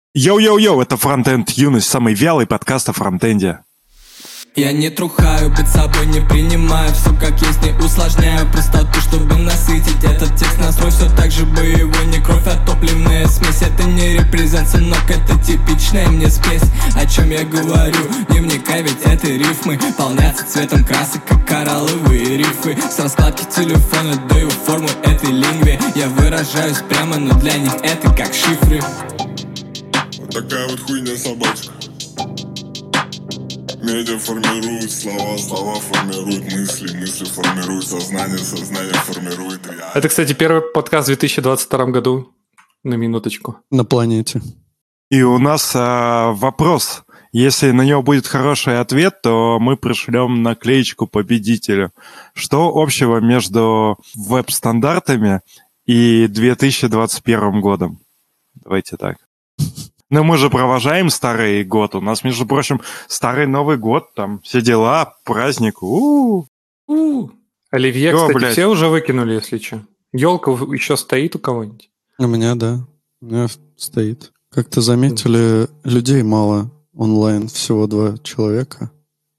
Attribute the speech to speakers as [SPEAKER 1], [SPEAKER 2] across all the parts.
[SPEAKER 1] Йоу-йоу-йоу, это Фронтенд Юность, самый вялый подкаст о фронтенде.
[SPEAKER 2] Я не трухаю, быть собой не принимаю, все как есть, не усложняю простоту, чтобы насытить этот текст. Настрой все так же боевой, не кровь, а топливная смесь. Это не репрезент, сынок, это типичная мне спесь. О чем я говорю, не вникай, ведь это рифмы полнятся цветом красок, как коралловые рифы. С раскладки телефона даю форму этой лингве. Я выражаюсь прямо, но для них это как шифры.
[SPEAKER 3] Вот такая вот хуйня собачка. Медиа формирует слова, слова формируют мысли, мысли формируют сознание, сознание формирует реальность.
[SPEAKER 4] Это, кстати, первый подкаст в 2022 году. На минуточку.
[SPEAKER 5] На планете.
[SPEAKER 1] И у нас вопрос. Если на него будет хороший ответ, то мы пришлем наклеечку победителю. Что общего между веб-стандартами и 2021 годом? Давайте так. Но мы же провожаем старый год. У нас, между прочим, старый Новый год, там все дела, праздник.
[SPEAKER 4] Оливье,
[SPEAKER 1] Чё,
[SPEAKER 4] кстати,
[SPEAKER 1] блядь?
[SPEAKER 4] все уже выкинули, если что. Елка еще стоит у кого-нибудь?
[SPEAKER 5] У меня, да. У меня стоит. Как-то заметили, людей мало онлайн, всего 2 человека.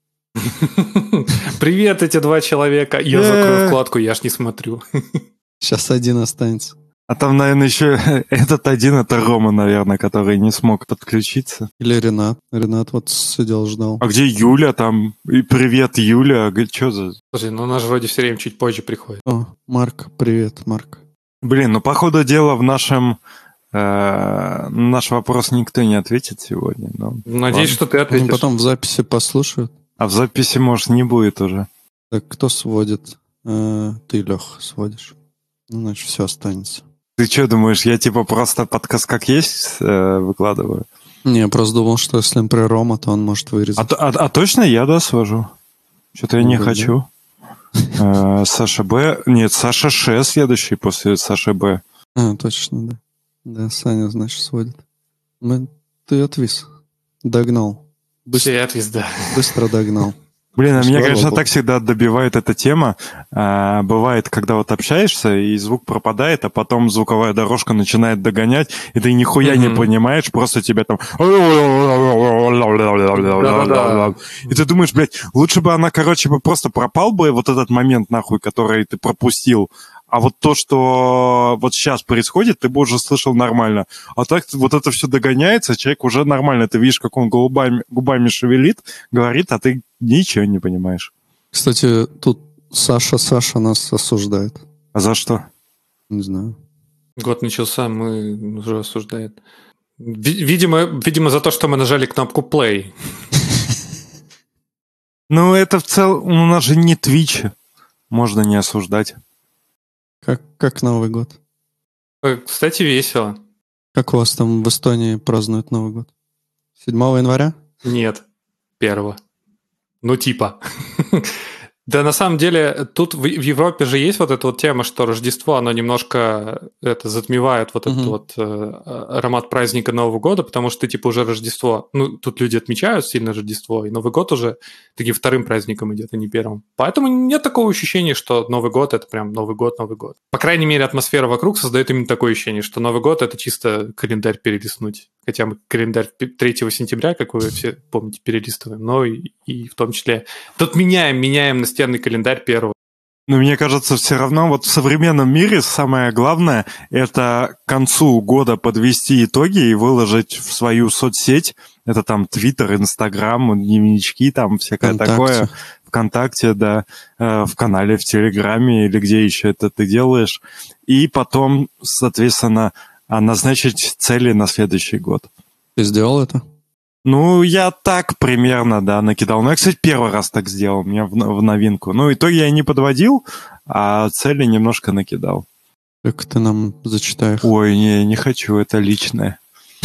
[SPEAKER 4] Привет, эти 2 человека. Я закрою вкладку, я ж не смотрю.
[SPEAKER 5] Сейчас 1 останется.
[SPEAKER 1] А там, наверное, еще этот один, это Рома, наверное, который не смог подключиться.
[SPEAKER 5] Или Ренат. Ренат вот сидел, ждал.
[SPEAKER 1] А где Юля там? И привет, Юля. Что за...
[SPEAKER 4] Слушай, ну наш вроде все время чуть позже приходит.
[SPEAKER 5] О, Марк, привет, Марк.
[SPEAKER 1] Блин, ну, по ходу дела в нашем... наш вопрос никто не ответит сегодня. Но...
[SPEAKER 4] Надеюсь,
[SPEAKER 1] Ладно.
[SPEAKER 4] что ты
[SPEAKER 5] Они
[SPEAKER 4] ответишь.
[SPEAKER 5] потом в записи послушают.
[SPEAKER 1] А в записи, может, не будет уже.
[SPEAKER 5] Так, кто сводит? Ты, Лех, сводишь. Ну, значит, все останется.
[SPEAKER 1] Ты что думаешь, я типа просто подкаст как есть выкладываю?
[SPEAKER 5] Не, я просто думал, что если, например, Рома, то он может вырезать.
[SPEAKER 1] А точно я, да, свожу? Что-то я не
[SPEAKER 5] Да.
[SPEAKER 1] хочу. Саша Б. Нет, Саша Ш следующий после Саши Б.
[SPEAKER 5] Точно, да. Да, Саня, значит, сводит. Ты отвис. Догнал.
[SPEAKER 4] Все отвис, да.
[SPEAKER 5] Быстро догнал.
[SPEAKER 1] Блин, а
[SPEAKER 5] Слава
[SPEAKER 1] меня, конечно,
[SPEAKER 5] богу.
[SPEAKER 1] так всегда добивает эта тема. Бывает, когда вот общаешься, и звук пропадает, а потом звуковая дорожка начинает догонять, и ты нихуя не понимаешь, просто тебя там...
[SPEAKER 4] Да-да-да.
[SPEAKER 1] И ты думаешь, блядь, лучше бы она, короче, бы просто пропал бы вот этот момент, нахуй, который ты пропустил, а вот то, что вот сейчас происходит, ты бы уже слышал нормально. А так вот это все догоняется, человек уже нормально. Ты видишь, как он губами шевелит, говорит, а ты ничего не понимаешь.
[SPEAKER 5] Кстати, тут Саша нас осуждает.
[SPEAKER 1] А за что?
[SPEAKER 5] Не знаю.
[SPEAKER 4] Год начался, мы уже осуждает. Видимо, за то, что мы нажали кнопку play.
[SPEAKER 1] Ну, это в целом... У нас же не Twitch. Можно не осуждать.
[SPEAKER 5] Как Новый год?
[SPEAKER 4] Кстати, весело.
[SPEAKER 5] Как у вас там в Эстонии празднуют Новый год? 7 января?
[SPEAKER 4] Нет, 1. Ну, типа. Да, на самом деле, тут в Европе же есть вот эта вот тема, что Рождество, оно немножко затмевает вот этот вот аромат праздника Нового года, потому что, типа, уже Рождество, ну, тут люди отмечают сильно Рождество, и Новый год уже таким вторым праздником идет, а не первым. Поэтому нет такого ощущения, что Новый год – это прям Новый год, Новый год. По крайней мере, атмосфера вокруг создает именно такое ощущение, что Новый год – это чисто календарь перелистнуть. Хотя мы календарь 3 сентября, как вы все помните, перелистываем, но и в том числе тут меняем настенный календарь 1.
[SPEAKER 1] Но мне кажется, все равно вот в современном мире самое главное – это к концу года подвести итоги и выложить в свою соцсеть. Это там Твиттер, Инстаграм, дневнички, там всякое такое. ВКонтакте, да, в канале, в Телеграме или где еще это ты делаешь. И потом, соответственно, назначить цели на следующий год.
[SPEAKER 5] Ты сделал это?
[SPEAKER 1] Ну, я так примерно, да, накидал. Ну, я, кстати, первый раз так сделал, у меня в новинку. Ну, итоги я не подводил, а цели немножко накидал.
[SPEAKER 5] Так ты нам зачитаешь.
[SPEAKER 1] Ой, не хочу, это личное.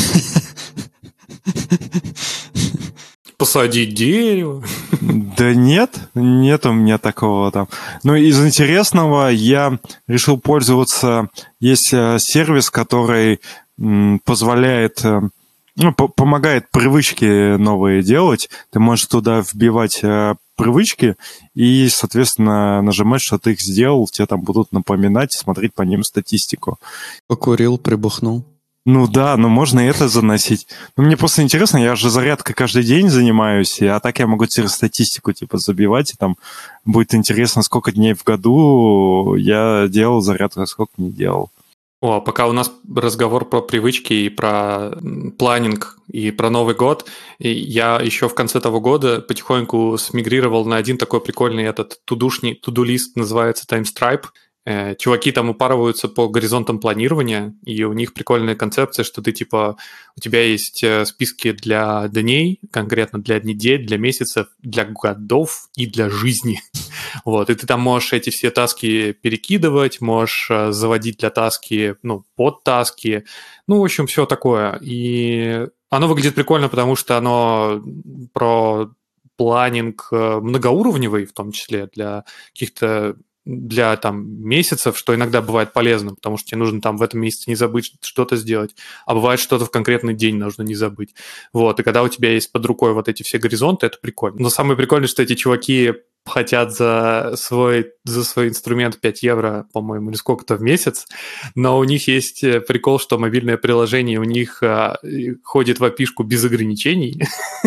[SPEAKER 4] Посадить дерево.
[SPEAKER 1] Да нет у меня такого там. Ну, из интересного я решил пользоваться... Есть сервис, который позволяет... помогает привычки новые делать. Ты можешь туда вбивать привычки и, соответственно, нажимать, что ты их сделал. Тебе там будут напоминать и смотреть по ним статистику.
[SPEAKER 5] Покурил, прибухнул.
[SPEAKER 1] Ну да, но можно и это заносить. Ну, мне просто интересно, я же зарядкой каждый день занимаюсь, а так я могу теперь статистику типа забивать, и там будет интересно, сколько дней в году я делал зарядку, а сколько не делал.
[SPEAKER 4] О, пока у нас разговор про привычки и про планинг, и про Новый год, и я еще в конце того года потихоньку смигрировал на один такой прикольный этот туду-лист, называется TimeStripe. Чуваки там упарываются по горизонтам планирования, и у них прикольная концепция, что ты типа, у тебя есть списки для дней, конкретно для недель, для месяцев, для годов и для жизни. Вот, и ты там можешь эти все таски перекидывать, можешь заводить для таски, подтаски, в общем, все такое. И оно выглядит прикольно, потому что оно про планинг многоуровневый, в том числе для каких-то для там месяцев, что иногда бывает полезно, потому что тебе нужно там в этом месяце не забыть что-то сделать, а бывает что-то в конкретный день нужно не забыть. Вот, и когда у тебя есть под рукой вот эти все горизонты, это прикольно. Но самое прикольное, что эти чуваки хотят за свой инструмент 5 евро, по-моему, или сколько-то в месяц, но у них есть прикол, что мобильное приложение у них ходит в API-шку без ограничений.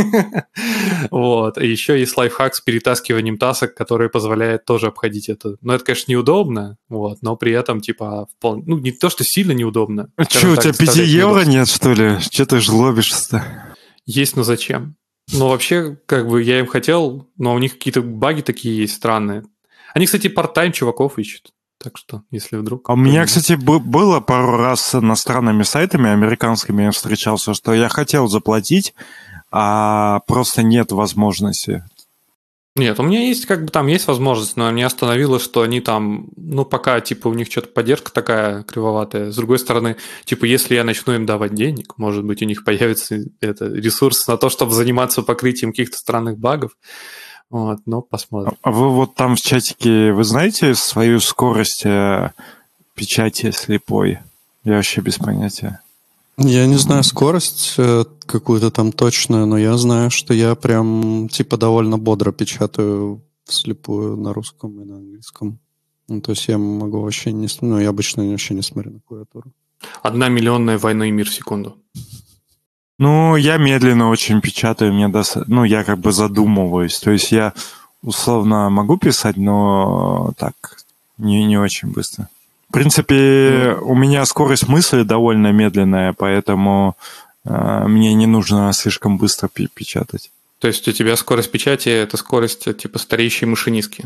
[SPEAKER 4] Вот. И еще есть лайфхак с перетаскиванием тасок, который позволяет тоже обходить это. Но это, конечно, неудобно, вот, но при этом, типа, не то, что сильно неудобно.
[SPEAKER 1] Что, у тебя 5 евро нет, что ли? Че ты жлобишься-то?
[SPEAKER 4] Есть, но зачем? Ну, вообще, как бы я им хотел, но у них какие-то баги такие есть странные. Они, кстати, парт-тайм чуваков ищут. Так что, если вдруг...
[SPEAKER 1] А у меня, кстати, было пару раз с иностранными сайтами, американскими я встречался, что я хотел заплатить, а просто нет возможности.
[SPEAKER 4] Нет, у меня есть, там есть возможность, но меня остановило, что они там, пока, типа, у них что-то поддержка такая кривоватая. С другой стороны, типа, если я начну им давать денег, может быть, у них появится ресурс на то, чтобы заниматься покрытием каких-то странных багов. Вот, но посмотрим.
[SPEAKER 1] А вы вот там в чатике, вы знаете свою скорость печати слепой? Я вообще без понятия.
[SPEAKER 5] Я не знаю скорость какую-то там точную, но я знаю, что я прям типа довольно бодро печатаю вслепую на русском и на английском. То есть я могу вообще не... я обычно вообще не смотрю на клавиатуру.
[SPEAKER 4] 1 миллионная «Война и мир» в секунду.
[SPEAKER 1] Я медленно очень печатаю, я как бы задумываюсь. То есть я условно могу писать, но так, не очень быстро. В принципе, у меня скорость мысли довольно медленная, поэтому мне не нужно слишком быстро печатать.
[SPEAKER 4] То есть у тебя скорость печати – это скорость типа стареющей машинистки?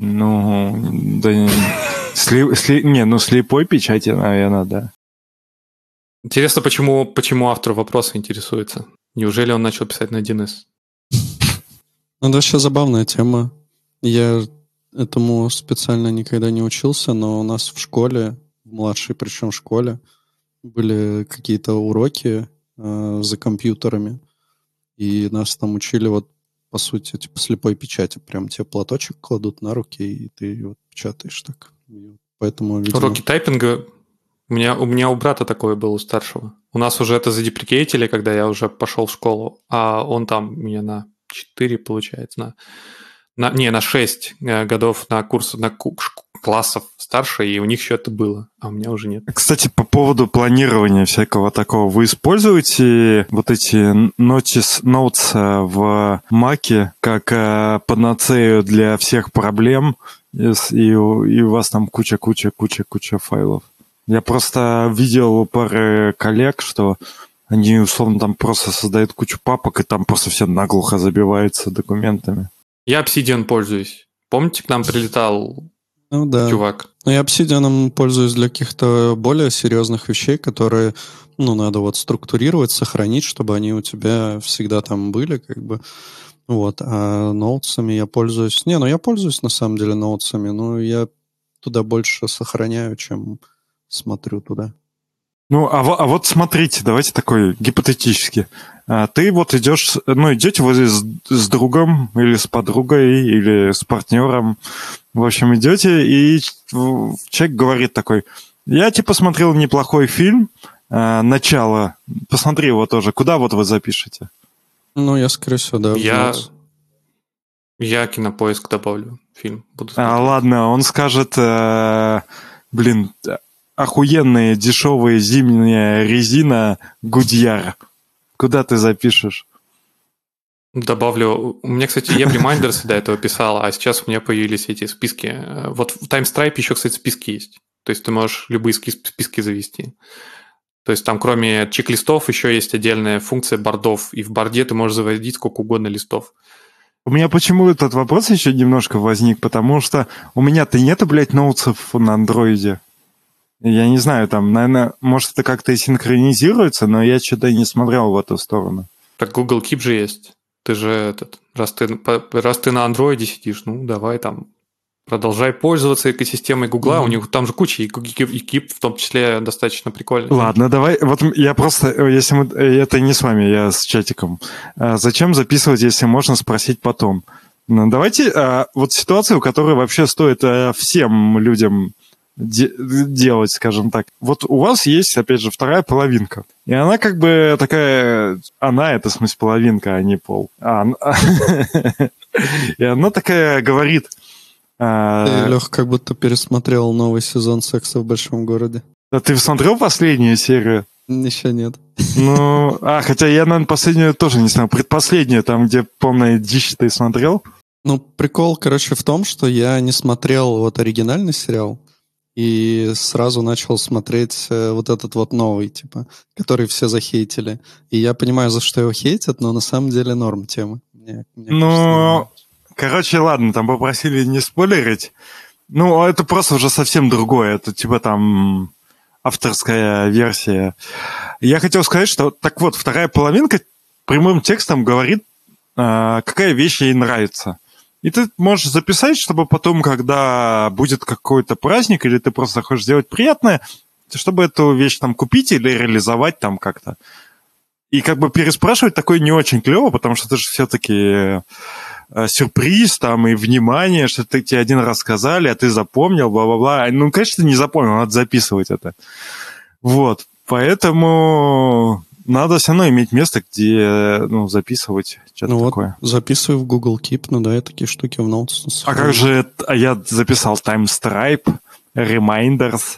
[SPEAKER 1] Слепой печати, наверное, да.
[SPEAKER 4] Интересно, почему автор вопроса интересуется? Неужели он начал писать на 1С?
[SPEAKER 5] Это вообще забавная тема. Я этому специально никогда не учился, но у нас в школе, в младшей причем школе, были какие-то уроки за компьютерами, и нас там учили по сути, типа слепой печати. Прям тебе платочек кладут на руки, и ты печатаешь так. И поэтому, видимо...
[SPEAKER 4] Уроки тайпинга... У меня у брата такое было, у старшего. У нас уже это задеприкейтили, когда я уже пошел в школу, а он там меня на 4, получается, на 6 годов на курс, классов старше, и у них еще это было, а у меня уже нет.
[SPEAKER 1] Кстати, по поводу планирования всякого такого, вы используете вот эти notes в Mac'е как панацею для всех проблем, и у вас там куча файлов? Я просто видел у пары коллег, что они, условно, там просто создают кучу папок, и там просто все наглухо забивается документами.
[SPEAKER 4] Я Obsidian пользуюсь. Помните, к нам прилетал чувак?
[SPEAKER 5] Я Obsidian пользуюсь для каких-то более серьезных вещей, которые, надо структурировать, сохранить, чтобы они у тебя всегда там были, как бы. Вот. А ноутсами я пользуюсь... я пользуюсь, на самом деле, ноутсами, но я туда больше сохраняю, чем... смотрю туда.
[SPEAKER 1] А вот смотрите, давайте такой гипотетически. Ты идете вы с другом или с подругой или с партнером, в общем, идете, и человек говорит такой: я смотрел неплохой фильм, начало, посмотри его тоже. Куда вы запишете?
[SPEAKER 5] Я, скорее всего, да.
[SPEAKER 4] Я Кинопоиск добавлю фильм. Буду
[SPEAKER 1] ладно, он скажет, охуенная дешевая зимняя резина Goodyear. Куда ты запишешь?
[SPEAKER 4] Добавлю. У меня, кстати, я в Reminders до этого писал, а сейчас у меня появились эти списки. Вот в TimeStripe еще, кстати, списки есть. То есть ты можешь любые списки завести. То есть там кроме чек-листов еще есть отдельная функция бордов, и в борде ты можешь заводить сколько угодно листов.
[SPEAKER 1] У меня почему этот вопрос еще немножко возник, потому что у меня-то нету, блядь, ноутсов на андроиде. Я не знаю, там, наверное, может, это как-то и синхронизируется, но я что-то не смотрел в эту сторону.
[SPEAKER 4] Так Google Keep же есть. Ты же, раз ты на андроиде сидишь, ну, давай там продолжай пользоваться экосистемой Гугла, у них там же куча, и Keep в том числе достаточно прикольный.
[SPEAKER 1] Ладно, давай, вот я просто, если мы, это не с вами, я с чатиком. Зачем записывать, если можно спросить потом? Ну, давайте, вот ситуацию, которую вообще стоит всем людям делать, скажем так. Вот у вас есть, опять же, вторая половинка. И она как бы такая... Она, это в смысле половинка, а не пол. И она такая говорит...
[SPEAKER 5] Ты, Лех, как будто пересмотрел новый сезон «Секса в большом городе».
[SPEAKER 1] А ты смотрел последнюю серию?
[SPEAKER 5] Еще нет.
[SPEAKER 1] Ну, хотя я, наверное, последнюю тоже не знаю. Предпоследнюю, там, где полная дичь, ты смотрел?
[SPEAKER 5] Ну, прикол, короче, в том, что я не смотрел вот оригинальный сериал, и сразу начал смотреть вот этот вот новый, типа, который все захейтили. И я понимаю, за что его хейтят, но на самом деле норм тема. Мне
[SPEAKER 1] кажется, короче, ладно, там попросили не спойлерить. Ну, это просто уже совсем другое. Это типа там авторская версия. Я хотел сказать, что, так вот, вторая половинка прямым текстом говорит, какая вещь ей нравится. И ты можешь записать, чтобы потом, когда будет какой-то праздник, или ты просто хочешь сделать приятное, чтобы эту вещь там купить или реализовать там как-то. И как бы переспрашивать такое не очень клево, потому что это же все-таки сюрприз там и внимание, что тебе один раз сказали, а ты запомнил, бла-бла-бла. Ну, конечно, ты не запомнил, надо записывать это. Вот. Поэтому надо все равно иметь место, где записывать что-то такое.
[SPEAKER 5] Вот, записывай в Google Keep, ну да, я такие штуки в Notes.
[SPEAKER 1] А как же, я записал TimeStripe, Reminders,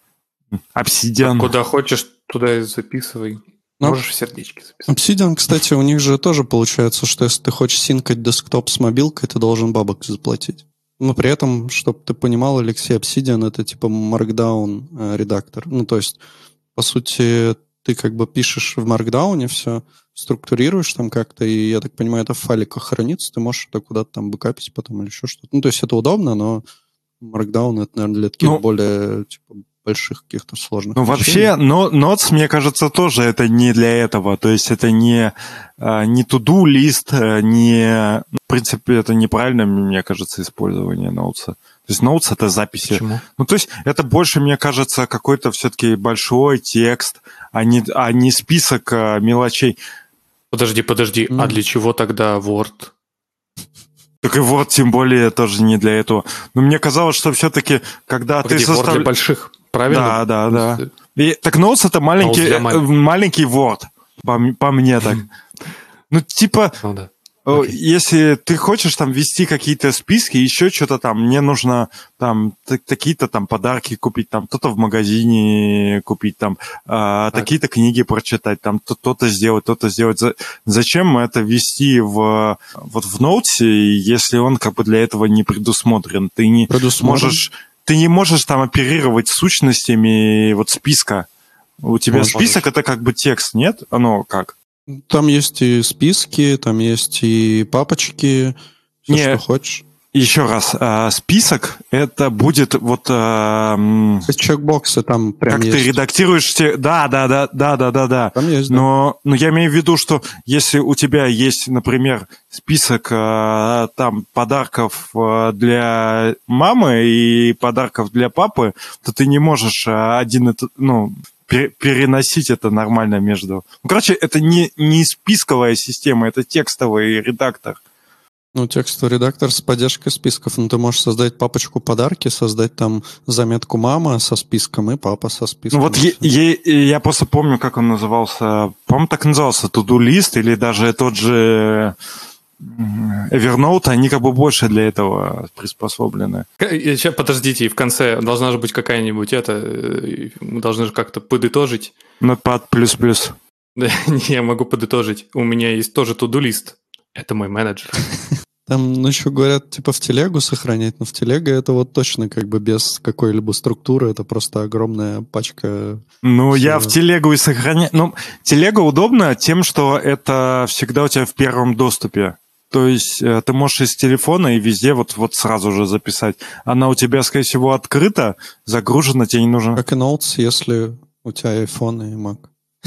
[SPEAKER 1] Obsidian.
[SPEAKER 4] Куда хочешь, туда и записывай. Можешь в сердечки записать.
[SPEAKER 5] Obsidian, кстати, у них же тоже получается, что если ты хочешь синкать десктоп с мобилкой, ты должен бабок заплатить. Но при этом, чтобы ты понимал, Алексей, Obsidian — это типа Markdown редактор. Ну, то есть, по сути, ты как бы пишешь в Markdown все, структурируешь там как-то, и, я так понимаю, это в файликах хранится, ты можешь это куда-то там бэкапить потом или еще что-то. Ну, то есть это удобно, но Markdown — это, наверное, для таких более типа больших каких-то сложных
[SPEAKER 1] вещей. Вообще, Notes, мне кажется, тоже это не для этого. То есть это не to-do лист, в принципе, это неправильно, мне кажется, использование Notes. То есть Notes — это записи.
[SPEAKER 4] Почему?
[SPEAKER 1] Ну, то есть это больше, мне кажется, какой-то все-таки большой текст, а не список мелочей.
[SPEAKER 4] Подожди. А для чего тогда Word?
[SPEAKER 1] Так и Word, тем более, тоже не для этого. Но мне казалось, что все-таки, когда ты
[SPEAKER 4] Word для больших, правильно?
[SPEAKER 1] Да. Так Notes — это маленький Word, по мне так. Ну, типа, если ты хочешь там ввести какие-то списки, еще что-то там, мне нужно там такие-то там подарки купить, там то-то в магазине купить, там такие-то книги прочитать, там то-то сделать, то-то сделать. Зачем это ввести в Notes, если он как бы для этого не предусмотрен? Ты не можешь там оперировать сущностями вот списка. У тебя список — это как бы текст, нет? Оно как?
[SPEAKER 5] Там есть и списки, там есть и папочки, все, что хочешь.
[SPEAKER 1] Еще раз, список — это будет вот...
[SPEAKER 5] Чекбоксы там прям
[SPEAKER 1] как
[SPEAKER 5] есть.
[SPEAKER 1] Как ты редактируешь... Да.
[SPEAKER 5] Там есть,
[SPEAKER 1] но я имею в виду, что если у тебя есть, например, список там подарков для мамы и подарков для папы, то ты не можешь переносить это нормально между... Короче, это не списковая система, это текстовый редактор.
[SPEAKER 5] Ну, текстовый редактор с поддержкой списков. Ну, ты можешь создать папочку подарки, создать там заметку мама со списком и папа со списком.
[SPEAKER 1] Ну, вот я просто помню, как он назывался. По-моему, так назывался To-Do List или даже тот же Evernote, они как бы больше для этого приспособлены.
[SPEAKER 4] Сейчас, подождите, и в конце должна же быть какая-нибудь мы должны же как-то подытожить.
[SPEAKER 1] Notepad++.
[SPEAKER 4] Да, не, я могу подытожить. У меня есть тоже to-do-лист. Это мой менеджер.
[SPEAKER 5] Там, еще говорят, типа в телегу сохранять, но в телега это вот точно как бы без какой-либо структуры, это просто огромная пачка.
[SPEAKER 1] Ну, я в телегу и сохраняю. Ну, телега удобна тем, что это всегда у тебя в первом доступе. То есть ты можешь из телефона и везде вот сразу же записать. Она у тебя, скорее всего, открыта, загружена, тебе не нужно.
[SPEAKER 5] Как и Notes, если у тебя iPhone и Mac.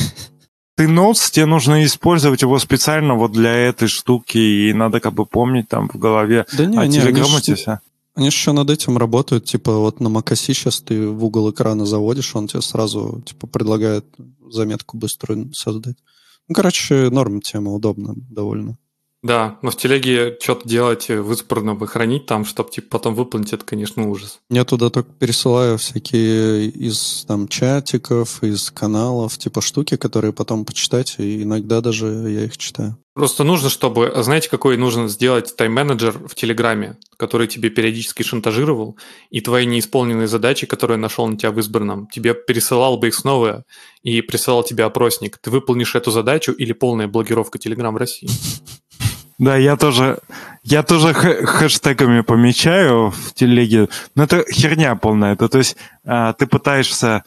[SPEAKER 1] Ты Notes, тебе нужно использовать его специально вот для этой штуки, и надо как бы помнить там в голове.
[SPEAKER 5] Да не,
[SPEAKER 1] Telegram у тебя все.
[SPEAKER 5] Они еще над этим работают, типа вот на macOS сейчас ты в угол экрана заводишь, он тебе сразу типа предлагает заметку быструю создать. Ну, короче, норм тема, удобно довольно.
[SPEAKER 4] Да, но в телеге что-то делать в избранном и хранить там, чтобы типа потом выполнить, это, конечно, ужас.
[SPEAKER 5] Я туда только пересылаю всякие из там чатиков, из каналов, типа штуки, которые потом почитать, и иногда даже я их читаю.
[SPEAKER 4] Просто нужно, чтобы... Знаете, какой нужно сделать тайм-менеджер в Телеграме, который тебе периодически шантажировал, и твои неисполненные задачи, которые нашел на тебя в избранном, тебе пересылал бы их снова и присылал тебе опросник. Ты выполнишь эту задачу или полная блокировка Телеграм в России?
[SPEAKER 1] Да, я тоже хэштегами помечаю в телеге. Но это херня полная. Это, то есть ты пытаешься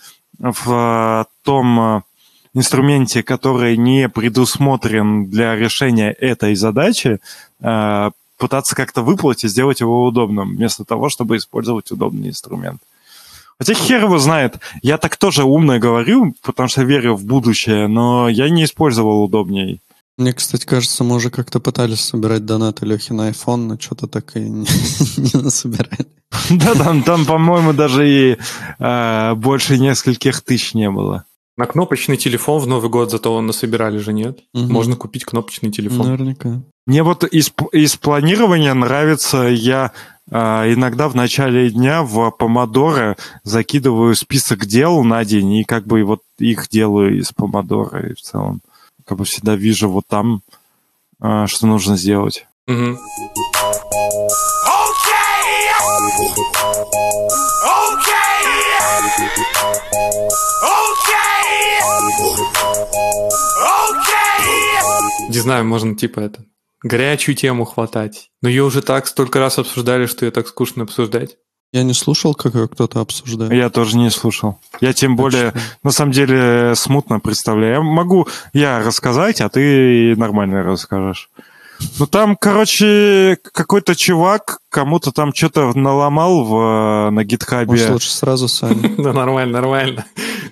[SPEAKER 1] в том инструменте, который не предусмотрен для решения этой задачи, пытаться как-то выплатить, сделать его удобным, вместо того, чтобы использовать удобный инструмент. Хотя хер его знает. Я так тоже умно говорю, потому что верю в будущее, но я не использовал удобней.
[SPEAKER 5] Мне, кстати, кажется, мы уже как-то пытались собирать донаты Лехи на iPhone, но что-то так и не насобирали.
[SPEAKER 1] Да, там, по-моему, даже и больше нескольких тысяч не было.
[SPEAKER 4] На кнопочный телефон в Новый год зато он насобирали же, нет? Можно купить кнопочный телефон.
[SPEAKER 5] Наверняка.
[SPEAKER 1] Мне вот из планирования нравится, я иногда в начале дня в Помодоро закидываю список дел на день, и как бы вот их делаю из Помодоро, и в целом как бы всегда вижу вот там, что нужно сделать.
[SPEAKER 4] Угу. Не знаю, можно типа горячую тему хватать. Но ее уже так столько раз обсуждали, что ее так скучно обсуждать.
[SPEAKER 5] Я не слушал, как ее кто-то обсуждает.
[SPEAKER 1] Я тоже не слушал. Я тем более, на самом деле, смутно представляю. Могу рассказать, а ты нормально расскажешь. Ну, там, короче, какой-то чувак кому-то там что-то наломал на гитхабе.
[SPEAKER 5] Может, лучше сразу сами.
[SPEAKER 4] Да, нормально.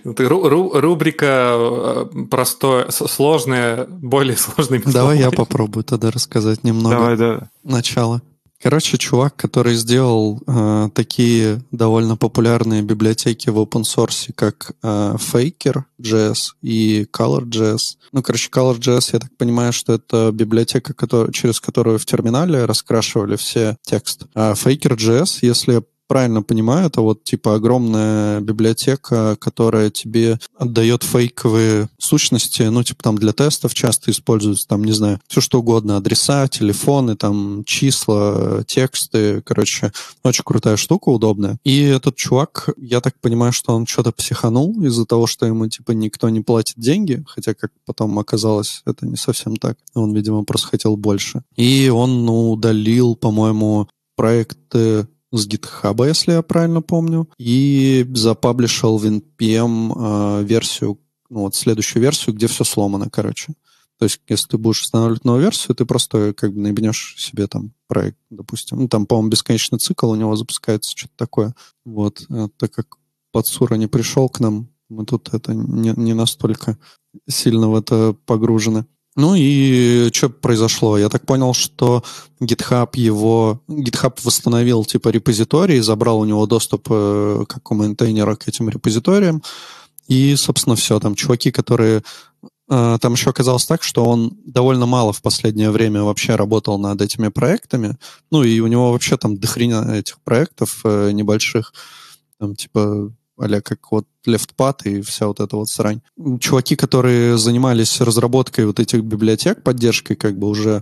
[SPEAKER 4] Рубрика простое, сложное, более сложное.
[SPEAKER 5] Давай я попробую тогда рассказать немного.
[SPEAKER 1] Давай, да.
[SPEAKER 5] Начало. Короче, чувак, который сделал такие довольно популярные библиотеки в open source, как Faker.js и Color.js. Ну, короче, Color.js, я так понимаю, что это библиотека, через которую в терминале раскрашивали все текст. А Faker.js, если я правильно понимаю, это вот типа огромная библиотека, которая тебе отдает фейковые сущности, ну, типа там для тестов часто используются, там, не знаю, все что угодно, адреса, телефоны, там, числа, тексты, короче, очень крутая штука, удобная. И этот чувак, я так понимаю, что он что-то психанул из-за того, что ему, типа, никто не платит деньги, хотя, как потом оказалось, это не совсем так. Он, видимо, просто хотел больше. И он удалил, по-моему, проекты с GitHub, если я правильно помню, и запаблишил в NPM версию, ну вот следующую версию, где все сломано, короче. То есть, если ты будешь устанавливать новую версию, ты просто как бы наебнешь себе там проект, допустим. Ну, там, по-моему, бесконечный цикл у него запускается, что-то такое. Вот. Так как Подсура не пришел к нам, мы тут это не настолько сильно в это погружены. Ну и что произошло? Я так понял, что GitHub восстановил типа репозиторий, забрал у него доступ как у мейнтейнера к этим репозиториям. И, собственно, все. Там чуваки, которые... Там еще оказалось так, что он довольно мало в последнее время вообще работал над этими проектами. Ну и у него вообще там дохрена этих проектов небольших. Там типа... а-ля как вот LeftPad и вся вот эта вот срань. Чуваки, которые занимались разработкой вот этих библиотек, поддержкой, как бы уже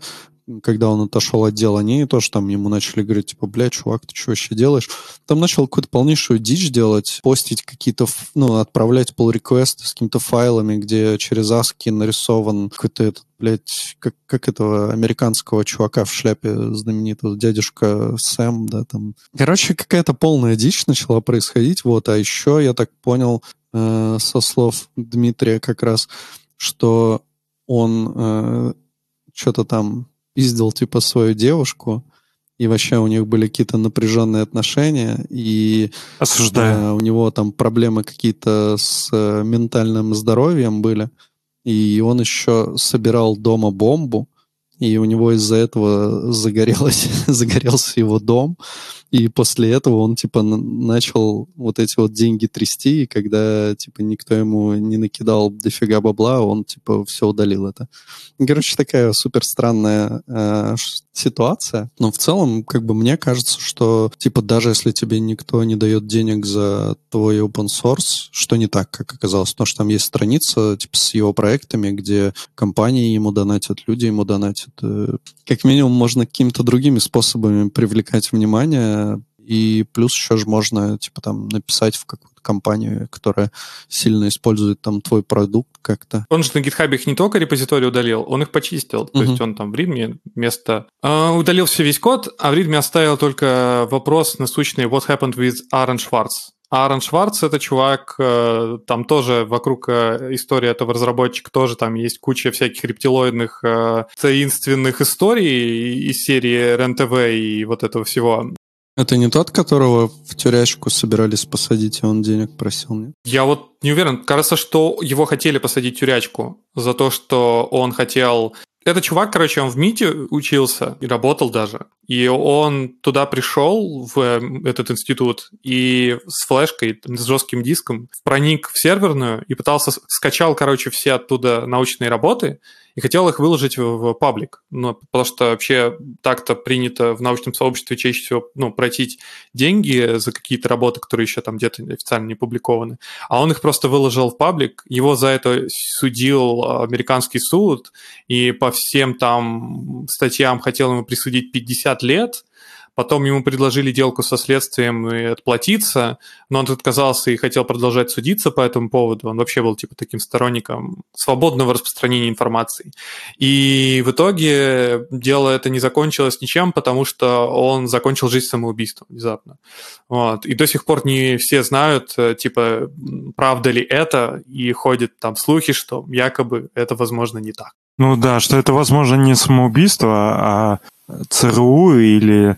[SPEAKER 5] когда он отошел от дела, они тоже там ему начали говорить, типа, бля, чувак, ты что вообще делаешь? Там начал какую-то полнейшую дичь делать, постить какие-то, отправлять pull-реквесты с какими-то файлами, где через ASCII нарисован какой-то этот, блядь, как этого американского чувака в шляпе знаменитого, дядюшка Сэм, да, там. Короче, какая-то полная дичь начала происходить, вот, а еще, я так понял, со слов Дмитрия как раз, что он что-то там пиздил, типа, свою девушку, и вообще у них были какие-то напряженные отношения, и
[SPEAKER 1] осуждаю.
[SPEAKER 5] У него там проблемы какие-то с ментальным здоровьем были, и он еще собирал дома бомбу, и у него из-за этого загорелся его дом, и после этого он, типа, начал вот эти вот деньги трясти, и когда, типа, никто ему не накидал дофига бабла, он, типа, все удалил это. Короче, такая супер странная ситуация. Но в целом, как бы, мне кажется, что, типа, даже если тебе никто не дает денег за твой open source, что не так, как оказалось, потому что там есть страница, типа, с его проектами, где компании ему донатят, люди ему донатят. Как минимум, можно какими-то другими способами привлекать внимание, и плюс еще же можно, типа, там, написать в какую-то компанию, которая сильно использует там твой продукт как-то.
[SPEAKER 4] Он же на GitHub их не только репозиторий удалил, он их почистил. То есть он там в ридме вместо... удалил весь код, а в ридме оставил только вопрос насущный «What happened with Aaron Schwartz?». Аарон Шварц — это чувак, там тоже вокруг истории этого разработчика тоже там есть куча всяких рептилоидных таинственных историй из серии РЕН-ТВ и вот этого всего.
[SPEAKER 5] Это не тот, которого в тюрячку собирались посадить, и он денег просил, нет?
[SPEAKER 4] Я вот не уверен. Кажется, что его хотели посадить в тюрячку за то, что он хотел... Это чувак, короче, он в МИТе учился и работал даже. И он туда пришел, в этот институт, и с флешкой, с жестким диском проник в серверную и скачал, короче, все оттуда научные работы и хотел их выложить в паблик. Ну, потому что вообще так-то принято в научном сообществе чаще всего платить деньги за какие-то работы, которые еще там где-то официально не публикованы. А он их просто выложил в паблик. Его за это судил американский суд, и по всем там статьям хотел ему присудить 50 лет. Потом ему предложили делку со следствием и отплатиться, но он отказался и хотел продолжать судиться по этому поводу. Он вообще был типа таким сторонником свободного распространения информации. И в итоге дело это не закончилось ничем, потому что он закончил жизнь самоубийством внезапно. Вот. И до сих пор не все знают, типа, правда ли это, и ходят там слухи, что якобы это, возможно, не так.
[SPEAKER 1] Ну да, что это, возможно, не самоубийство, а ЦРУ или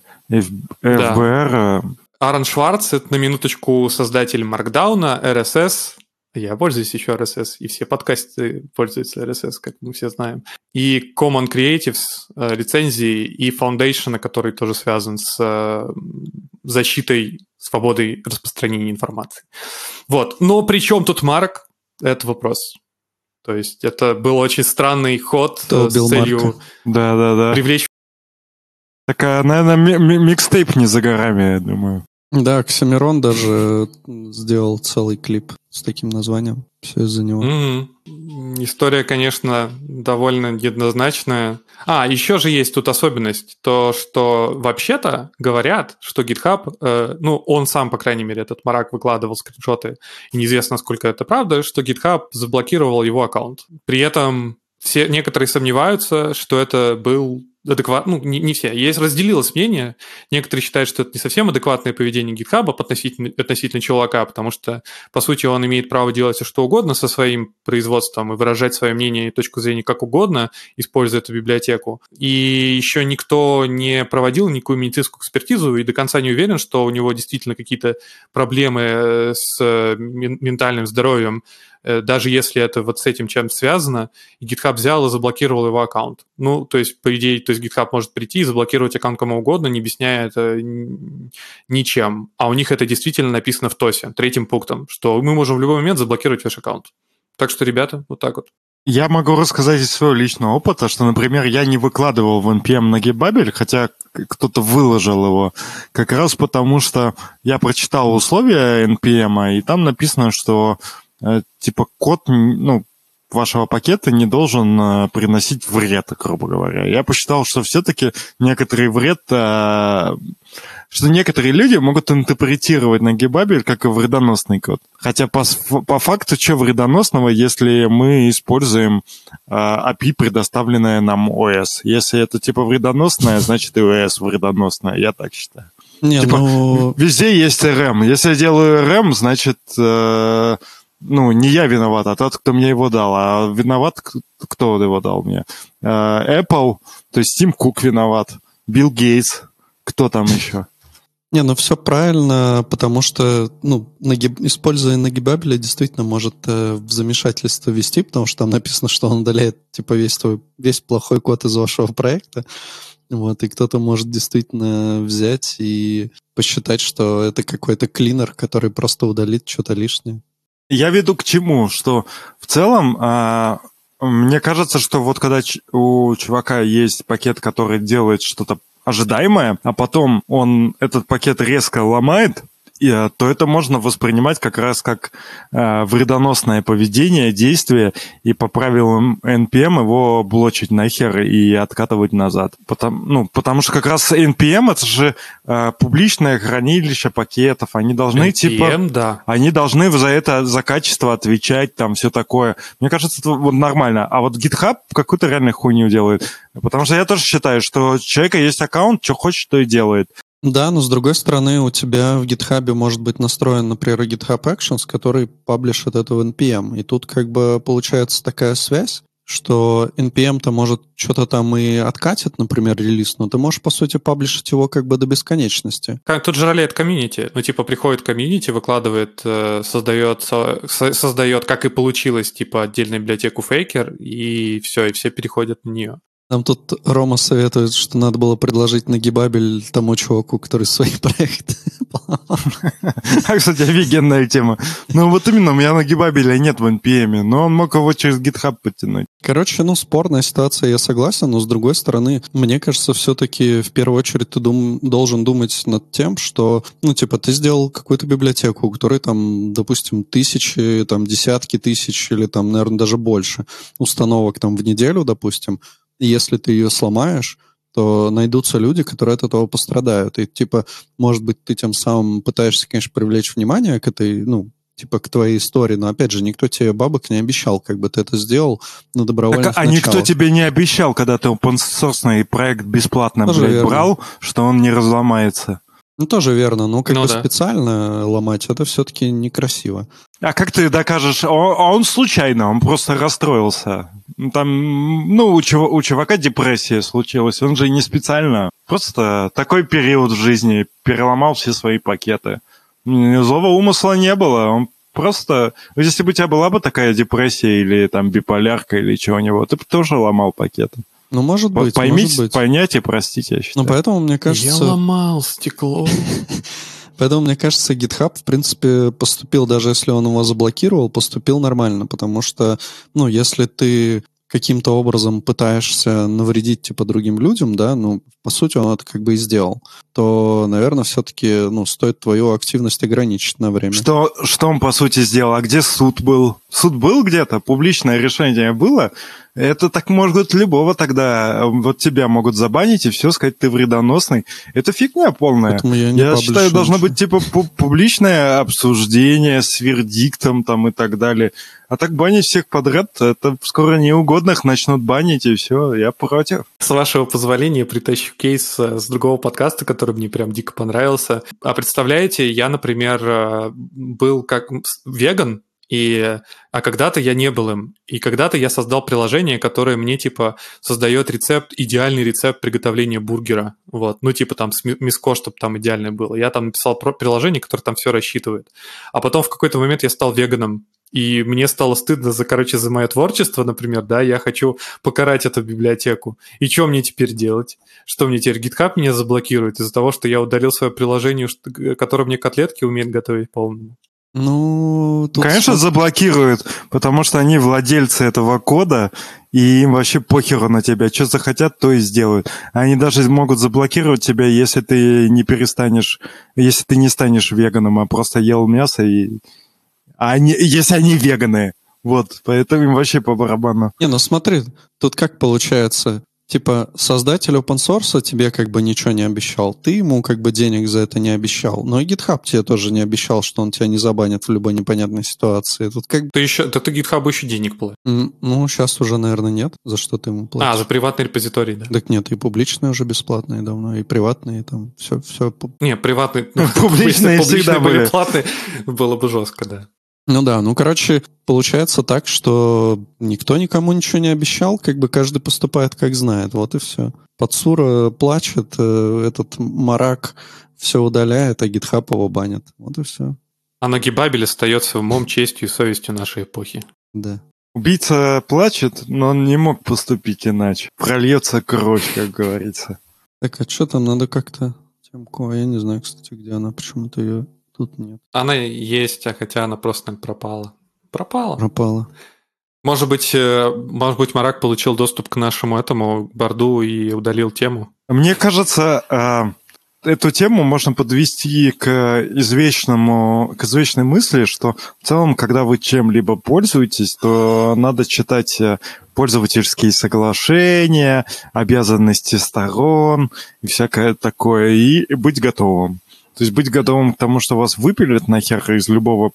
[SPEAKER 1] ФБР.
[SPEAKER 4] Да. Аарон Шварц — это, на минуточку, создатель Markdown, RSS. Я пользуюсь еще RSS, и все подкасты пользуются RSS, как мы все знаем. И Common Creatives, лицензии, и Foundation, который тоже связан с защитой, свободой распространения информации. Вот. Но при чем тут Марк? Это вопрос. То есть это был очень странный ход с целью привлечь.
[SPEAKER 1] Так, наверное, микстейп не за горами, я думаю.
[SPEAKER 5] Да, Оксимирон даже сделал целый клип с таким названием. Все из-за него.
[SPEAKER 4] История, конечно, довольно неоднозначная. Еще же есть тут особенность. То, что вообще-то говорят, что GitHub, он сам, по крайней мере, этот Марак выкладывал скриншоты, и неизвестно, насколько это правда, что GitHub заблокировал его аккаунт. При этом некоторые сомневаются, что это был адекватно, не все. Разделилось мнение. Некоторые считают, что это не совсем адекватное поведение GitHub относительно чувака, потому что, по сути, он имеет право делать все, что угодно со своим производством и выражать свое мнение и точку зрения как угодно, используя эту библиотеку. И еще никто не проводил никакую медицинскую экспертизу и до конца не уверен, что у него действительно какие-то проблемы с ментальным здоровьем, даже если это вот с этим чем-то связано, и GitHub взял и заблокировал его аккаунт. То есть, по идее, GitHub может прийти и заблокировать аккаунт кому угодно, не объясняя это ничем. А у них это действительно написано в ТОСе, 3 пунктом, что мы можем в любой момент заблокировать ваш аккаунт. Так что, ребята, вот так вот.
[SPEAKER 1] Я могу рассказать из своего личного опыта, что, например, я не выкладывал в NPM на GitBubble, хотя кто-то выложил его, как раз потому, что я прочитал условия NPM, и там написано, что типа код, вашего пакета не должен приносить вред, грубо говоря. Я посчитал, что все-таки некоторый вред, что некоторые люди могут интерпретировать Nagibabel как вредоносный код. Хотя по факту, что вредоносного, если мы используем API, предоставленное нам ОС? Если это типа вредоносное, значит и ОС вредоносное, я так считаю.
[SPEAKER 5] Не,
[SPEAKER 1] типа, везде есть RM. Если я делаю RM, значит... не я виноват, а тот, кто мне его дал. А виноват, кто его дал мне? Apple, то есть Тим Кук виноват. Билл Гейтс. Кто там еще?
[SPEAKER 5] Не, все правильно, потому что, используя Nagibabel, действительно может в замешательство ввести, потому что там написано, что он удаляет типа весь плохой код из вашего проекта. Вот, и кто-то может действительно взять и посчитать, что это какой-то клинер, который просто удалит что-то лишнее.
[SPEAKER 1] Я веду к чему? Что в целом, мне кажется, что вот когда у чувака есть пакет, который делает что-то ожидаемое, а потом он этот пакет резко ломает, то это можно воспринимать как раз как вредоносное поведение, действие, и по правилам NPM его блочить нахер и откатывать назад. Потому что как раз NPM — это же публичное хранилище пакетов, они должны
[SPEAKER 4] NPM, да.
[SPEAKER 1] Они должны за качество отвечать, там все такое. Мне кажется, это вот нормально. А вот GitHub какую-то реальную хуйню делает. Потому что я тоже считаю, что у человека есть аккаунт, что хочет, то и делает.
[SPEAKER 5] Да, но с другой стороны, у тебя в GitHub может быть настроен, например, GitHub Actions, который паблишит это в NPM. И тут как бы получается такая связь, что NPM-то может что-то там и откатит, например, релиз, но ты можешь, по сути, паблишить его как бы до бесконечности.
[SPEAKER 4] Тут же ролеет комьюнити. Приходит комьюнити, выкладывает, создает, как и получилось, отдельную библиотеку Faker, и все переходят на нее.
[SPEAKER 5] Нам тут Рома советует, что надо было предложить Nagibabel тому чуваку, который свои проекты поломал.
[SPEAKER 1] Кстати, офигенная тема. Вот именно, у меня Nagibabel нет в NPM, но он мог его через GitHub подтянуть.
[SPEAKER 5] Короче, спорная ситуация, я согласен, но с другой стороны, мне кажется, все-таки в первую очередь ты должен думать над тем, что, ты сделал какую-то библиотеку, у которой там, допустим, тысячи, там, десятки тысяч или там, наверное, даже больше установок там в неделю, допустим. И если ты ее сломаешь, то найдутся люди, которые от этого пострадают. И, может быть, ты тем самым пытаешься, конечно, привлечь внимание к этой, к твоей истории, но, опять же, никто тебе бабок не обещал, как бы ты это сделал на добровольных началах.
[SPEAKER 1] Никто тебе не обещал, когда ты open-source проект бесплатно, брал, что он не разломается.
[SPEAKER 5] Тоже верно, но специально ломать это все-таки некрасиво.
[SPEAKER 1] А как ты докажешь? Он случайно, он просто расстроился. Там, у чувака депрессия случилась, он же не специально. Просто такой период в жизни, переломал все свои пакеты. Злого умысла не было, он просто... Если бы у тебя была бы такая депрессия или там биполярка или чего-нибудь, ты бы тоже ломал пакеты.
[SPEAKER 5] Может быть.
[SPEAKER 1] Понять и простить, я считаю.
[SPEAKER 5] Поэтому, мне кажется...
[SPEAKER 4] Я ломал стекло.
[SPEAKER 5] Поэтому, мне кажется, GitHub, в принципе, поступил, даже если он его заблокировал, поступил нормально, потому что, если ты каким-то образом пытаешься навредить, другим людям, да, по сути, он это как бы и сделал, то, наверное, все-таки, стоит твою активность ограничить на время.
[SPEAKER 1] Что он, по сути, сделал? А где суд был? Суд был где-то? Публичное решение было? Это так может любого тогда. Вот тебя могут забанить и все, сказать, ты вредоносный. Это фигня полная. Я считаю, должно быть публичное обсуждение с вердиктом там и так далее. А так банить всех подряд, это скоро неугодных начнут банить, и все, я против.
[SPEAKER 4] С вашего позволения притащу кейс с другого подкаста, который мне прям дико понравился. А представляете, я, например, был как веган, а когда-то я не был им. И когда-то я создал приложение, которое мне, создает идеальный рецепт приготовления бургера. Вот. Там с мяско, чтобы там идеальное было. Я там написал приложение, которое там все рассчитывает. А потом в какой-то момент я стал веганом. И мне стало стыдно за мое творчество, например, да, я хочу покарать эту библиотеку. И что мне теперь делать? Что мне теперь, GitHub меня заблокирует из-за того, что я удалил свое приложение, которое мне котлетки умеет готовить по-умному?
[SPEAKER 5] Тут
[SPEAKER 1] конечно, заблокируют, потому что они владельцы этого кода, и им вообще похеру на тебя. Что захотят, то и сделают. Они даже могут заблокировать тебя, если ты если ты не станешь веганом, а просто ел мясо. Если они веганы. Вот, поэтому им вообще по барабану.
[SPEAKER 5] Не, ну смотри, тут как получается... Типа, создатель open source тебе как бы ничего не обещал, ты ему как бы денег за это не обещал, но и GitHub тебе тоже не обещал, что он тебя не забанит в любой непонятной ситуации. Тут как...
[SPEAKER 4] Ты GitHub еще денег платишь.
[SPEAKER 5] Ну, сейчас уже, наверное, нет, за что ты ему платишь.
[SPEAKER 4] За приватный репозиторий, да?
[SPEAKER 5] Так нет, и публичные уже бесплатные давно, и приватные там, все.
[SPEAKER 4] Не, приватный...
[SPEAKER 1] Публичные всегда были.
[SPEAKER 4] Платные, было бы жестко, да.
[SPEAKER 5] Ну да, короче, получается так, что никто никому ничего не обещал, как бы каждый поступает как знает, вот и все. Подсура плачет, этот Марак все удаляет, а GitHub его банит, вот и все.
[SPEAKER 4] А Нагибабель остается умом, честью и совестью нашей эпохи.
[SPEAKER 5] Да.
[SPEAKER 1] Убийца плачет, но он не мог поступить иначе. Прольется кровь, как говорится.
[SPEAKER 5] Так, а что там, надо как-то темку, я не знаю, кстати, где она, почему-то ее... Тут нет.
[SPEAKER 4] Она есть, хотя она просто пропала.
[SPEAKER 5] Пропала.
[SPEAKER 4] Может быть, Марак получил доступ к нашему этому борду и удалил тему?
[SPEAKER 1] Мне кажется, эту тему можно подвести к извечной мысли, что в целом, когда вы чем-либо пользуетесь, то надо читать пользовательские соглашения, обязанности сторон и всякое такое, и быть готовым. То есть быть готовым к тому, что вас выпилят нахер из любого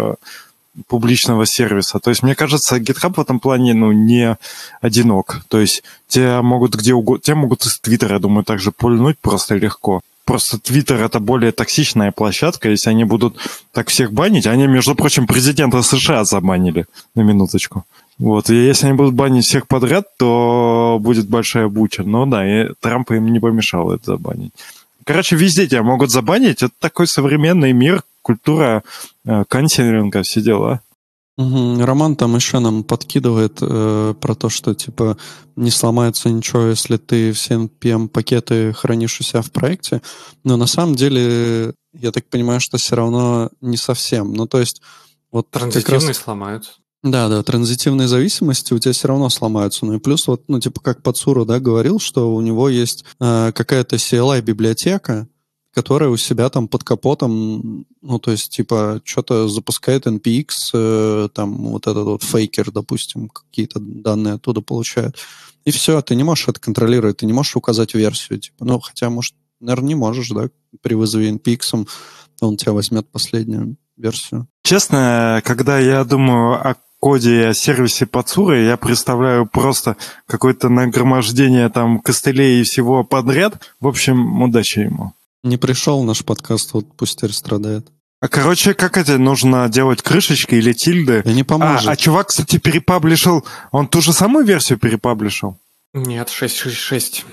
[SPEAKER 1] публичного сервиса. То есть, мне кажется, GitHub в этом плане, не одинок. То есть, тебя могут где угодно, тебя могут из Твиттера, я думаю, также пульнуть просто легко. Просто Твиттер — это более токсичная площадка. Если они будут так всех банить, они, между прочим, президента США забанили, на минуточку. Вот, и если они будут банить всех подряд, то будет большая буча. Но да, и Трампа им не помешало это забанить. Короче, везде тебя могут забанить. Это такой современный мир, культура канцелинга, все дела.
[SPEAKER 5] Угу. Роман там еще нам подкидывает про то, что типа не сломается ничего, если ты все NPM-пакеты хранишь у себя в проекте. Но на самом деле, я так понимаю, что все равно не совсем. Ну, то есть... вот
[SPEAKER 4] транзитивные сломаются.
[SPEAKER 5] Да, транзитивные зависимости у тебя все равно сломаются. Ну и плюс, вот, типа как Подсура, да, говорил, что у него есть какая-то CLI-библиотека, которая у себя там под капотом, то есть, типа, что-то запускает NPX, там вот этот вот фейкер, допустим, какие-то данные оттуда получает. И все, ты не можешь это контролировать, ты не можешь указать версию. Типа, хотя, может, наверное, не можешь, да, при вызове NPX он тебя возьмет последнюю версию.
[SPEAKER 1] Честно, когда я думаю о коде, о сервисе Подсуры, я представляю просто какое-то нагромождение там костылей и всего подряд. В общем, удачи ему.
[SPEAKER 5] Не пришел наш подкаст, вот пусть теперь страдает.
[SPEAKER 1] Короче, как это, нужно делать крышечки или тильды?
[SPEAKER 5] Да не поможет.
[SPEAKER 1] А чувак, кстати, перепаблишил, он ту же самую версию перепаблишил?
[SPEAKER 4] Нет, 6.6.6.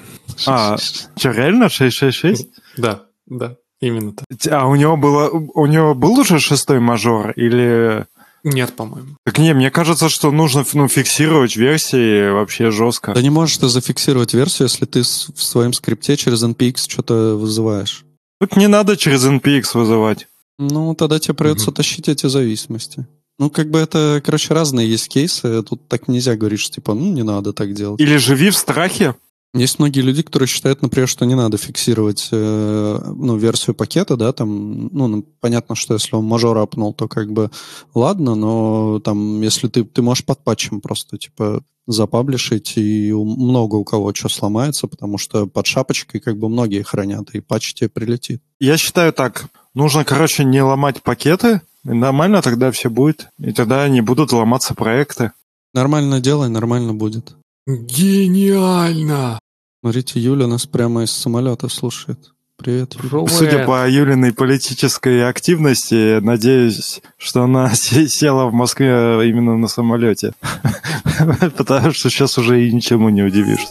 [SPEAKER 1] Что, реально 6.6.6?
[SPEAKER 4] Да, именно так.
[SPEAKER 1] А у него был уже 6-й мажор или...
[SPEAKER 4] Нет, по-моему.
[SPEAKER 1] Так не, мне кажется, что нужно фиксировать версии вообще жестко.
[SPEAKER 5] Да не можешь ты зафиксировать версию, если ты в своем скрипте через NPX что-то вызываешь.
[SPEAKER 1] Тут не надо через NPX вызывать.
[SPEAKER 5] Тогда тебе придется тащить эти зависимости. Как бы это, короче, разные есть кейсы. Тут так нельзя говорить, что типа, не надо так делать.
[SPEAKER 1] Или живи в страхе.
[SPEAKER 5] Есть многие люди, которые считают, например, что не надо фиксировать версию пакета, да, там, понятно, что если он мажор апнул, то как бы ладно, но там, если ты можешь под патчем просто, типа, запаблишить, и много у кого что сломается, потому что под шапочкой как бы многие хранят, и патч тебе прилетит.
[SPEAKER 1] Я считаю так, нужно, короче, не ломать пакеты, и нормально тогда все будет, и тогда не будут ломаться проекты.
[SPEAKER 5] Нормально делай, нормально будет.
[SPEAKER 4] Гениально!
[SPEAKER 5] Смотрите, Юля нас прямо из самолета слушает. Привет, Юля.
[SPEAKER 1] Судя по Юлиной политической активности, надеюсь, что она села в Москве именно на самолете. Потому что сейчас уже и ничему не удивишься.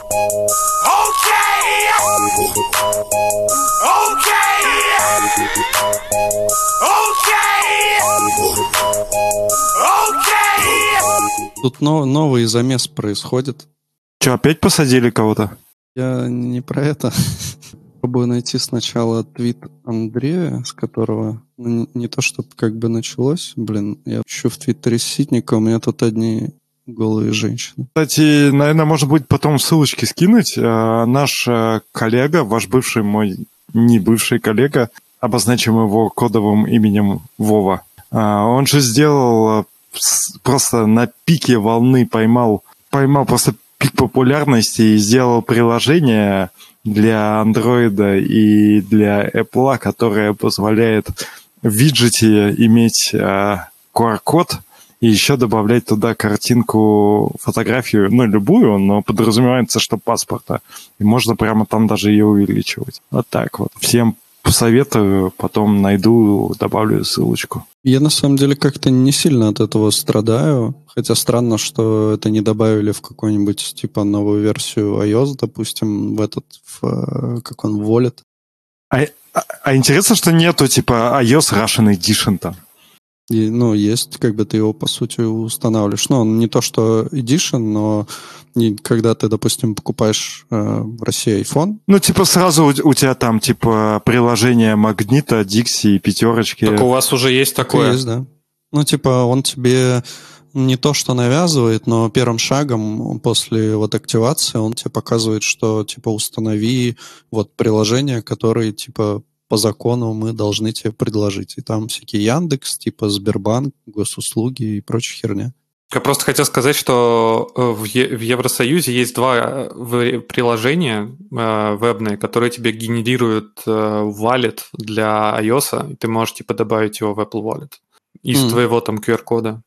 [SPEAKER 5] Тут новый замес происходит.
[SPEAKER 1] Что, опять посадили кого-то?
[SPEAKER 5] Я не про это. Пробую найти сначала твит Андрея, с которого не то, чтобы как бы началось. Я ищу в твиттере Ситника, у меня тут одни голые женщины.
[SPEAKER 1] Кстати, наверное, можно будет потом ссылочки скинуть. Наш коллега, ваш бывший, мой не бывший коллега, обозначим его кодовым именем Вова. Он же сделал просто на пике волны поймал просто пик популярности и сделал приложение для Android и для Apple, которое позволяет в виджете иметь QR-код и еще добавлять туда картинку, фотографию, любую, но подразумевается, что паспорта. И можно прямо там даже ее увеличивать. Вот так вот. Всем посоветую, потом найду, добавлю ссылочку.
[SPEAKER 5] Я, на самом деле, как-то не сильно от этого страдаю, хотя странно, что это не добавили в какую-нибудь, типа, новую версию iOS, допустим, как он, Wallet.
[SPEAKER 1] А интересно, что нету, типа, iOS Russian Edition там.
[SPEAKER 5] Есть, как бы ты его, по сути, устанавливаешь. Он не то, что Edition, но когда ты, допустим, покупаешь в России iPhone...
[SPEAKER 1] сразу у тебя там, типа, приложение Магнита, Dixie, Пятерочки.
[SPEAKER 4] Так у вас уже есть такое?
[SPEAKER 5] Есть, да. Он тебе не то, что навязывает, но первым шагом после активации он тебе показывает, что, типа, установи приложения, которые, типа, по закону мы должны тебе предложить. И там всякие Яндекс, типа Сбербанк, госуслуги и прочая херня.
[SPEAKER 4] Я просто хотел сказать, что в Евросоюзе есть два приложения вебные, которые тебе генерируют wallet для iOS, и ты можешь типа добавить его в Apple Wallet из твоего там QR-кода.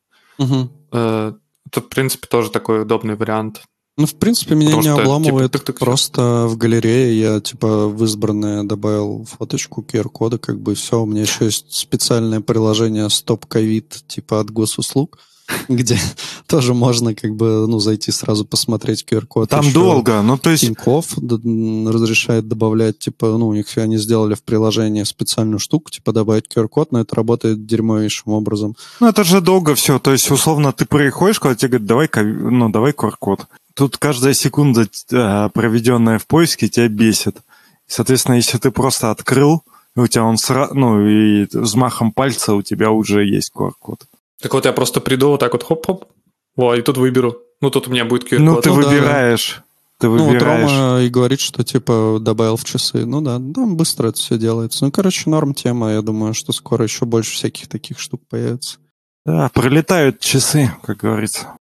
[SPEAKER 4] Это, в принципе, тоже такой удобный вариант.
[SPEAKER 5] В принципе, меня не обламывает. Просто в галерее я, типа, в избранное добавил фоточку QR-кода, как бы все. У меня еще есть специальное приложение Stop COVID, типа, от госуслуг, где тоже можно, как бы, зайти сразу посмотреть QR-код.
[SPEAKER 1] Там еще долго, то есть...
[SPEAKER 5] Тинькофф разрешает добавлять, типа, у них они сделали в приложении специальную штуку, типа, добавить QR-код, но это работает дерьмовейшим образом.
[SPEAKER 1] Это же долго все. То есть, условно, ты приходишь, когда тебе говорят, давай QR-код. Тут каждая секунда, проведенная в поиске, тебя бесит. Соответственно, если ты просто открыл, у тебя он сразу, и взмахом пальца у тебя уже есть QR-код.
[SPEAKER 4] Так вот я просто приду вот так вот, хоп-хоп, и тут выберу. Тут у меня будет QR-код.
[SPEAKER 1] Ты выбираешь. Ты выбираешь.
[SPEAKER 5] Рома и говорит, что, типа, добавил в часы. Там быстро это все делается. Норм тема. Я думаю, что скоро еще больше всяких таких штук появится.
[SPEAKER 1] Да, пролетают часы, как говорится.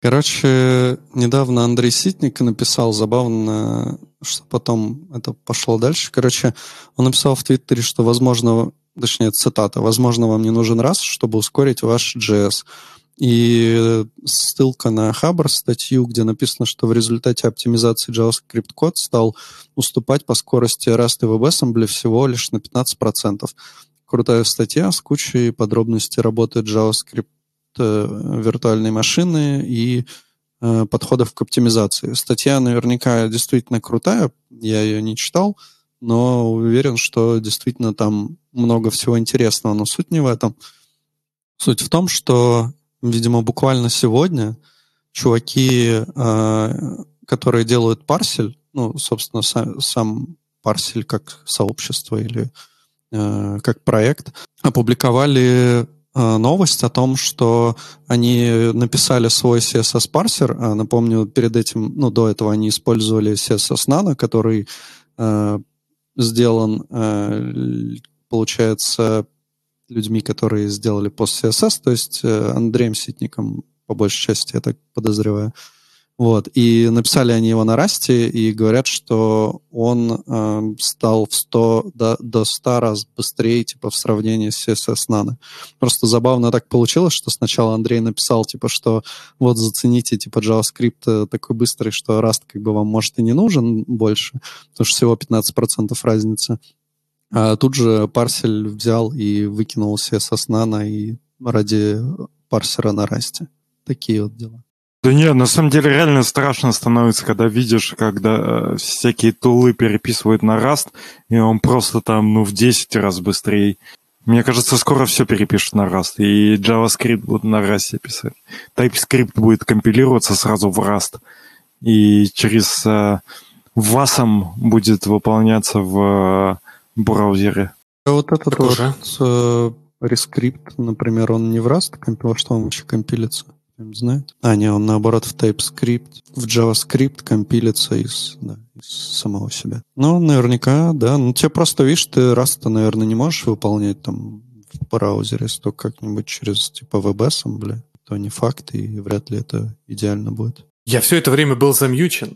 [SPEAKER 5] Недавно Андрей Ситник написал забавно, что потом это пошло дальше. Он написал в Твиттере, что, возможно, цитата, «возможно, вам не нужен RAS, чтобы ускорить ваш JS». И ссылка на Хабр, статью, где написано, что в результате оптимизации JavaScript код стал уступать по скорости Rust и WebAssembly всего лишь на 15%. Крутая статья с кучей подробностей работы JavaScript виртуальной машины и подходов к оптимизации. Статья наверняка действительно крутая, я ее не читал, но уверен, что действительно там много всего интересного. Но суть не в этом. Суть в том, что, видимо, буквально сегодня чуваки, которые делают парсель, собственно, сам парсель как сообщество или как проект, опубликовали новость о том, что они написали свой CSS-парсер. Напомню, перед этим, до этого они использовали CSS Nano, который сделан, получается, людьми, которые сделали пост CSS, то есть Андреем Ситником, по большей части, я так подозреваю. И написали они его на Rust, и говорят, что он стал до 100 раз быстрее, типа, в сравнении с CSS Nano. Просто забавно так получилось, что сначала Андрей написал, типа, что зацените, типа, JavaScript такой быстрый, что Rust, как бы, вам, может, и не нужен больше, потому что всего 15% разница. А тут же парсель взял и выкинул CSS Nano и ради парсера на Rust. Такие дела.
[SPEAKER 1] Да нет, на самом деле реально страшно становится, когда видишь, когда всякие тулы переписывают на Rust, и он просто там, в 10 раз быстрее. Мне кажется, скоро все перепишут на Rust, и JavaScript будут на Rust писать. TypeScript будет компилироваться сразу в Rust, и через WASM будет выполняться в браузере.
[SPEAKER 5] Этот Rescript, например, он не в Rust компилирует, что он вообще компилится? Знает? Он наоборот в TypeScript, в JavaScript компилится из самого себя. Наверняка, да. Тебе просто, видишь, ты Rust, наверное, не можешь выполнять там в браузере, если только как-нибудь через, типа, WebAssembly. что не факт, и вряд ли это идеально будет.
[SPEAKER 4] Я все это время был замьючен.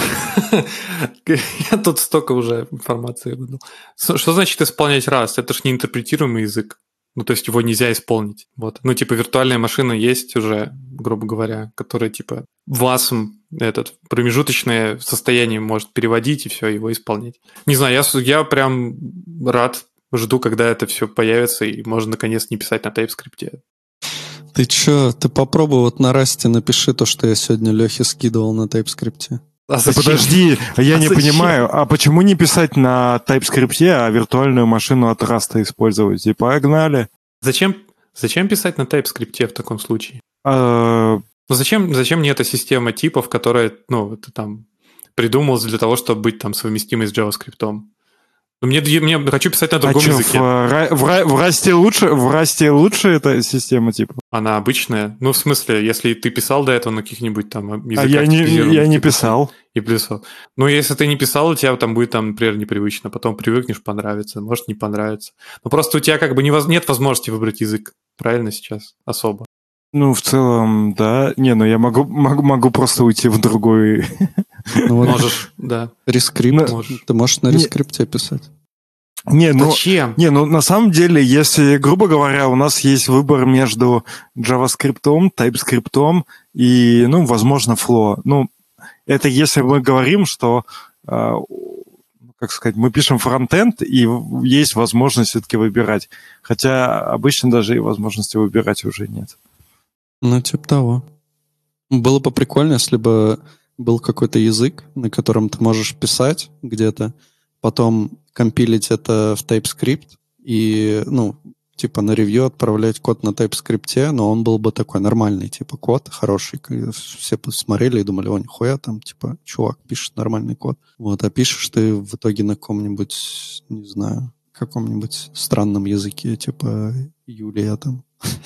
[SPEAKER 4] Я тут столько уже информации выдал. Что значит исполнять Rust? Это же не интерпретируемый язык. Ну, то есть его нельзя исполнить. Вот. Ну, типа, виртуальная машина есть уже, грубо говоря, которая, типа, VASM, этот промежуточное состояние может переводить и все, его исполнять. Не знаю, я прям рад, жду, когда это все появится, и можно, наконец, не писать на TypeScript.
[SPEAKER 5] Ты чё? Ты попробуй вот на Расте напиши то, что я сегодня Лехе скидывал на TypeScript.
[SPEAKER 1] Да подожди, я не понимаю, а почему не писать на TypeScript, а виртуальную машину от Rust использовать? И погнали.
[SPEAKER 4] Зачем писать на TypeScript в таком случае? Ну зачем мне эта система типов, которая, ну, ты там придумал для того, чтобы быть там совместимой с JavaScript? Мне хочу писать на другом языке.
[SPEAKER 1] В Расте лучше эта система типа?
[SPEAKER 4] Она обычная. Ну, в смысле, если ты писал до этого на каких-нибудь там языках...
[SPEAKER 1] Я не писал.
[SPEAKER 4] И писал. Ну, если ты не писал, у тебя там будет, там, например, непривычно. Потом привыкнешь, понравится. Может, не понравится. Но просто у тебя как бы нет возможности выбрать язык. Правильно сейчас? Особо.
[SPEAKER 1] Ну, в целом, да. Не, ну я могу просто уйти в другой...
[SPEAKER 4] Можешь, да.
[SPEAKER 5] Рескрипт. Ты можешь на рескрипте писать.
[SPEAKER 4] Зачем?
[SPEAKER 1] На самом деле, если, грубо говоря, у нас есть выбор между JavaScript, TypeScript и, ну, возможно, Flow. Ну, это если мы говорим, что, как сказать, мы пишем фронтенд, и есть возможность все-таки выбирать. Хотя обычно даже и возможности выбирать уже нет.
[SPEAKER 5] Ну, типа того. Было бы прикольно, если бы был какой-то язык, на котором ты можешь писать где-то, потом компилить это в TypeScript и, ну, типа на ревью отправлять код на TypeScript, но он был бы такой нормальный, типа код хороший. Все посмотрели и думали, о, нихуя, там, типа, чувак пишет нормальный код. Вот, а пишешь ты в итоге на каком-нибудь, не знаю, каком-нибудь странном языке, типа Юлия там.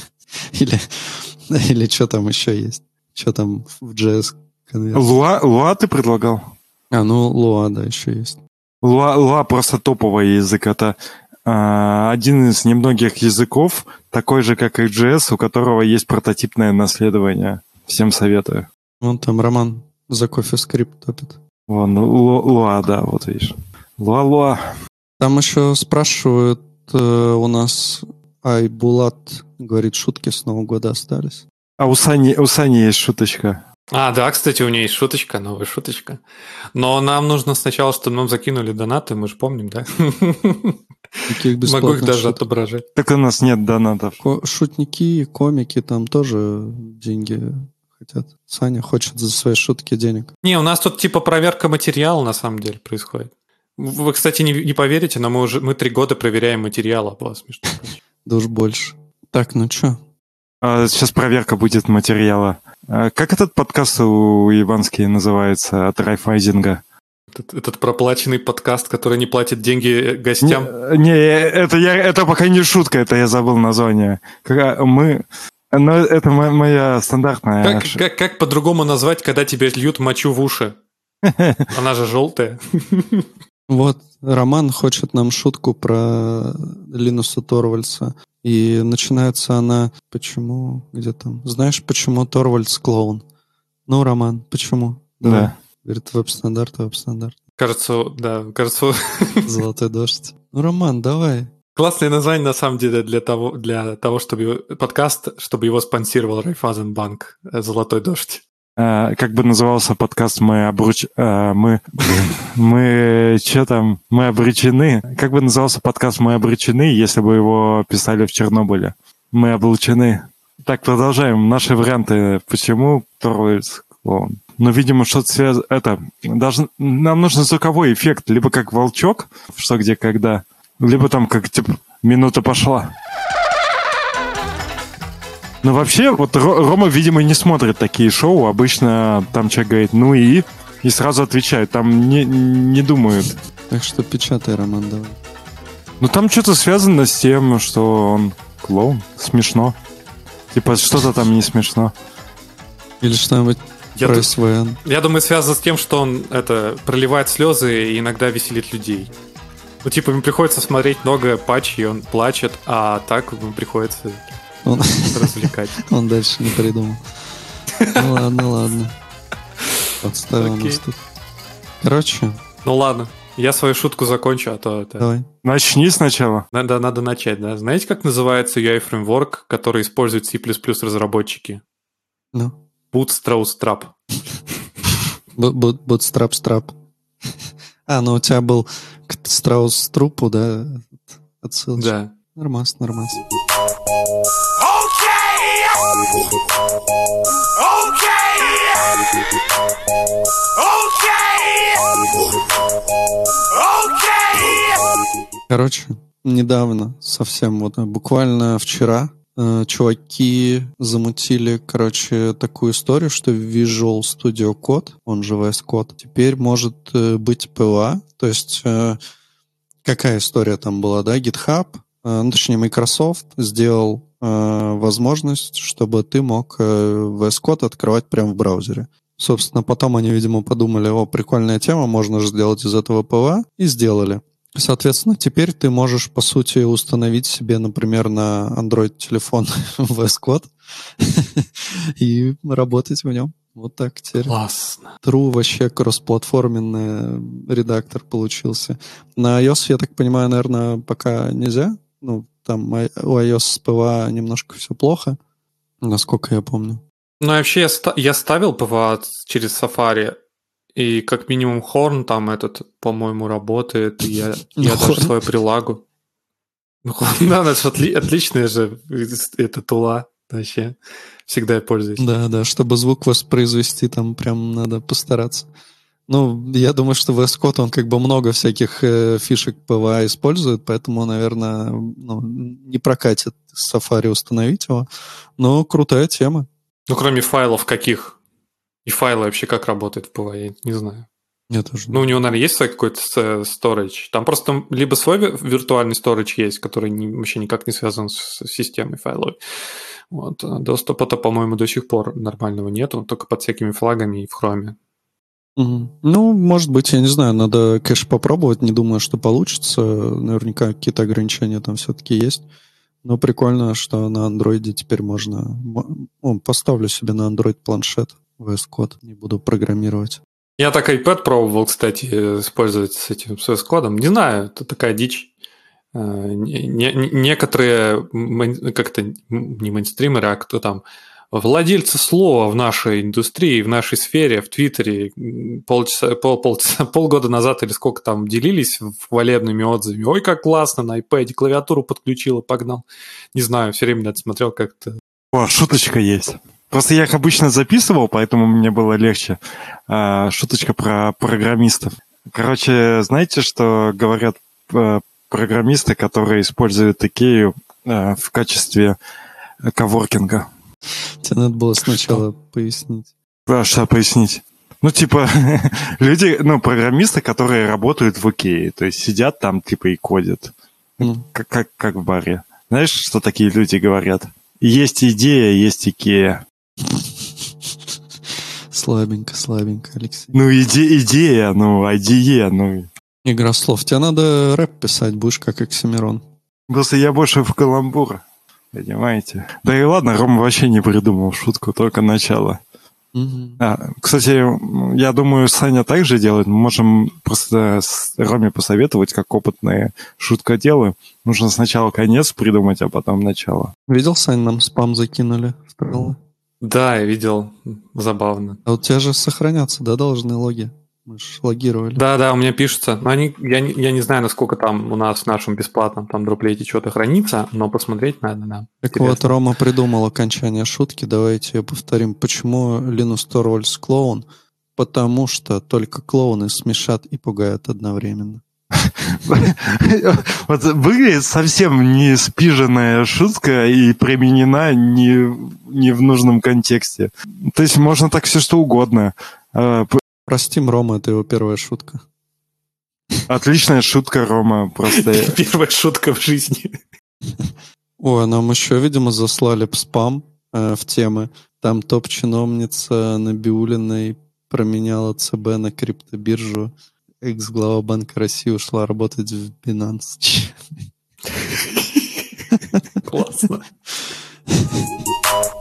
[SPEAKER 5] Или что там еще есть? Что там в JS?
[SPEAKER 1] Lua ты предлагал?
[SPEAKER 5] Ну, Lua, да, еще есть.
[SPEAKER 1] Lua просто топовый язык. Это один из немногих языков, такой же, как и JS, у которого есть прототипное наследование. Всем советую.
[SPEAKER 5] Вон там Роман за CoffeeScript топит.
[SPEAKER 1] Вон, Lua, да, вот видишь. Lua.
[SPEAKER 5] Там еще спрашивают у нас, Айбулат говорит, шутки с Нового года остались.
[SPEAKER 1] А у Сани есть шуточка.
[SPEAKER 4] Да, кстати, у нее есть шуточка, новая шуточка. Но нам нужно сначала, чтобы нам закинули донаты, мы же помним, да? Могу их даже отображать.
[SPEAKER 1] Так у нас нет донатов.
[SPEAKER 5] Шутники, комики там тоже деньги хотят. Саня хочет за свои шутки денег.
[SPEAKER 4] Не, у нас тут типа проверка материала на самом деле происходит. Вы, кстати, не поверите, но мы 3 года проверяем материал об вас, между прочим.
[SPEAKER 5] Да уж больше. Так, ну что?
[SPEAKER 1] Сейчас проверка будет материала. Как этот подкаст у Ивански называется от Райфайзинга?
[SPEAKER 4] Этот проплаченный подкаст, который не платит деньги гостям?
[SPEAKER 1] Это пока не шутка, это я забыл название. Но это моя стандартная...
[SPEAKER 4] Как по-другому назвать, когда тебе льют мочу в уши? Она же желтая.
[SPEAKER 5] Вот, Роман хочет нам шутку про Линуса Торвальдса. И начинается она... Почему? Где там? Знаешь, почему Торвальдс клоун? Ну, Роман, почему?
[SPEAKER 1] Да.
[SPEAKER 5] Говорит, веб-стандарт.
[SPEAKER 4] Кажется, да.
[SPEAKER 5] Золотой дождь. Ну, Роман, давай.
[SPEAKER 4] Классное название, на самом деле, для того, чтобы подкаст, чтобы его спонсировал Райфайзенбанк «Золотой дождь».
[SPEAKER 1] Как бы назывался подкаст мы обречены. Как бы назывался подкаст «Мы обречены», если бы его писали в Чернобыле? Мы облучены. Так, продолжаем. Наши варианты. Почему Торвальдс клоун? Ну, видимо, что-то связано... Нам нужен звуковой эффект. Либо как волчок, что, где, когда. Либо там как, типа, минута пошла. Ну, вообще, вот Рома, видимо, не смотрит такие шоу. Обычно там человек говорит, ну и сразу отвечает. Там не думают.
[SPEAKER 5] Так что печатай, Роман, давай.
[SPEAKER 1] Ну, там что-то связано с тем, что он клоун. Смешно. Типа, что-то там не смешно.
[SPEAKER 5] Или что-нибудь про СВН.
[SPEAKER 4] Я думаю, связано с тем, что он проливает слезы и иногда веселит людей. Ну, типа, ему приходится смотреть много патчей, он плачет, а так ему приходится развлекать.
[SPEAKER 5] Он дальше не придумал. Ну ладно. Подставил нас тут. Короче.
[SPEAKER 4] Ну ладно, я свою шутку закончу, а то это...
[SPEAKER 5] Давай.
[SPEAKER 1] Начни сначала.
[SPEAKER 4] Надо начать, да. Знаете, как называется UI-фреймворк, который используют C++ разработчики?
[SPEAKER 5] Ну?
[SPEAKER 4] Bootstrap.
[SPEAKER 5] Bootstrap. Ну у тебя был к страус-трупу, да? Отсылочка.
[SPEAKER 4] Да.
[SPEAKER 5] Нормас. Короче, недавно, совсем буквально вчера, чуваки замутили, такую историю, что Visual Studio Code, он же VS Code, теперь может быть PWA. То есть, какая история там была, да? GitHub, точнее Microsoft сделал возможность, чтобы ты мог VS Code открывать прямо в браузере. Собственно, потом они, видимо, подумали, прикольная тема, можно же сделать из этого PWA, и сделали. Соответственно, теперь ты можешь, по сути, установить себе, например, на Android-телефон VS Code и работать в нем. Вот так теперь.
[SPEAKER 4] Классно.
[SPEAKER 5] True вообще кроссплатформенный редактор получился. На iOS, я так понимаю, наверное, пока нельзя. Там у iOS с PWA немножко все плохо, насколько я помню.
[SPEAKER 4] Вообще я ставил PWA через Safari, и как минимум Horn там по-моему, работает, и я даже свою прилагу. Да, это отличная же тула. Вообще, всегда я пользуюсь.
[SPEAKER 5] Да, чтобы звук воспроизвести, там прям надо постараться. Я думаю, что VS Code, он много всяких фишек PWA использует, поэтому, наверное, не прокатит с Safari установить его. Но крутая тема.
[SPEAKER 4] Кроме файлов каких? И файлы вообще как работают в PWA, я не знаю.
[SPEAKER 5] Я тоже.
[SPEAKER 4] У него, наверное, есть свой какой-то storage. Там просто либо свой виртуальный storage есть, который вообще никак не связан с системой файловой. Доступа-то, по-моему, до сих пор нормального нету, только под всякими флагами и в хроме.
[SPEAKER 5] Может быть, я не знаю, надо, конечно, попробовать, не думаю, что получится. Наверняка какие-то ограничения там все-таки есть. Но прикольно, что на андроиде теперь можно... Поставлю себе на Android планшет VS Code, не буду программировать.
[SPEAKER 4] Я так iPad пробовал, кстати, использовать с этим VS Code. Не знаю, это такая дичь. Некоторые как-то не мейнстримеры, а кто там, владельцы слова в нашей индустрии, в нашей сфере, в Твиттере полгода назад или сколько там делились хвалебными отзывами. Ой, как классно, на iPad клавиатуру подключил и погнал. Не знаю, все время на это смотрел как-то.
[SPEAKER 1] Шуточка есть. Просто я их обычно записывал, поэтому мне было легче. Шуточка про программистов. Короче, знаете, что говорят программисты, которые используют Икею в качестве коворкинга?
[SPEAKER 5] Тебе надо было сначала пояснить.
[SPEAKER 1] Что пояснить? Люди, программисты, которые работают в Икее, то есть сидят там, и кодят. Как в баре. Знаешь, что такие люди говорят? Есть идея, есть Икея.
[SPEAKER 5] Слабенько, Алексей.
[SPEAKER 1] Идея, IDE,
[SPEAKER 5] Игра слов. Тебе надо рэп писать, будешь как Оксимирон.
[SPEAKER 1] Просто я больше в каламбур, понимаете? Да и ладно, Рома вообще не придумал шутку, только начало. Кстати, я думаю, Саня так же делает. Мы можем просто Роме посоветовать, как опытные шуткоделы. Нужно сначала конец придумать, а потом начало.
[SPEAKER 5] Видел, Сань, нам спам закинули в ПРЛ?
[SPEAKER 4] Да, я видел. Забавно.
[SPEAKER 5] А у тебя же сохранятся, да, должны логи? Мы же логировали.
[SPEAKER 4] Да, у меня пишется. Но я не знаю, насколько там у нас в нашем бесплатном там дроплете что-то хранится, но посмотреть надо, да.
[SPEAKER 5] Так вот, Рома придумал окончание шутки. Давайте ее повторим. Почему Linus Torvalds клоун? Потому что только клоуны смешат и пугают одновременно.
[SPEAKER 1] Выглядит совсем не спиженная шутка и применена не в нужном контексте. То есть можно так все что угодно.
[SPEAKER 5] Простим Рома, это его первая шутка.
[SPEAKER 1] Отличная шутка, Рома. Просто
[SPEAKER 4] первая шутка в жизни.
[SPEAKER 5] Нам еще, видимо, заслали спам в темы. Там топ-чиновница Набиулиной променяла ЦБ на криптобиржу. Экс-глава Банка России ушла работать в Binance.
[SPEAKER 4] Классно.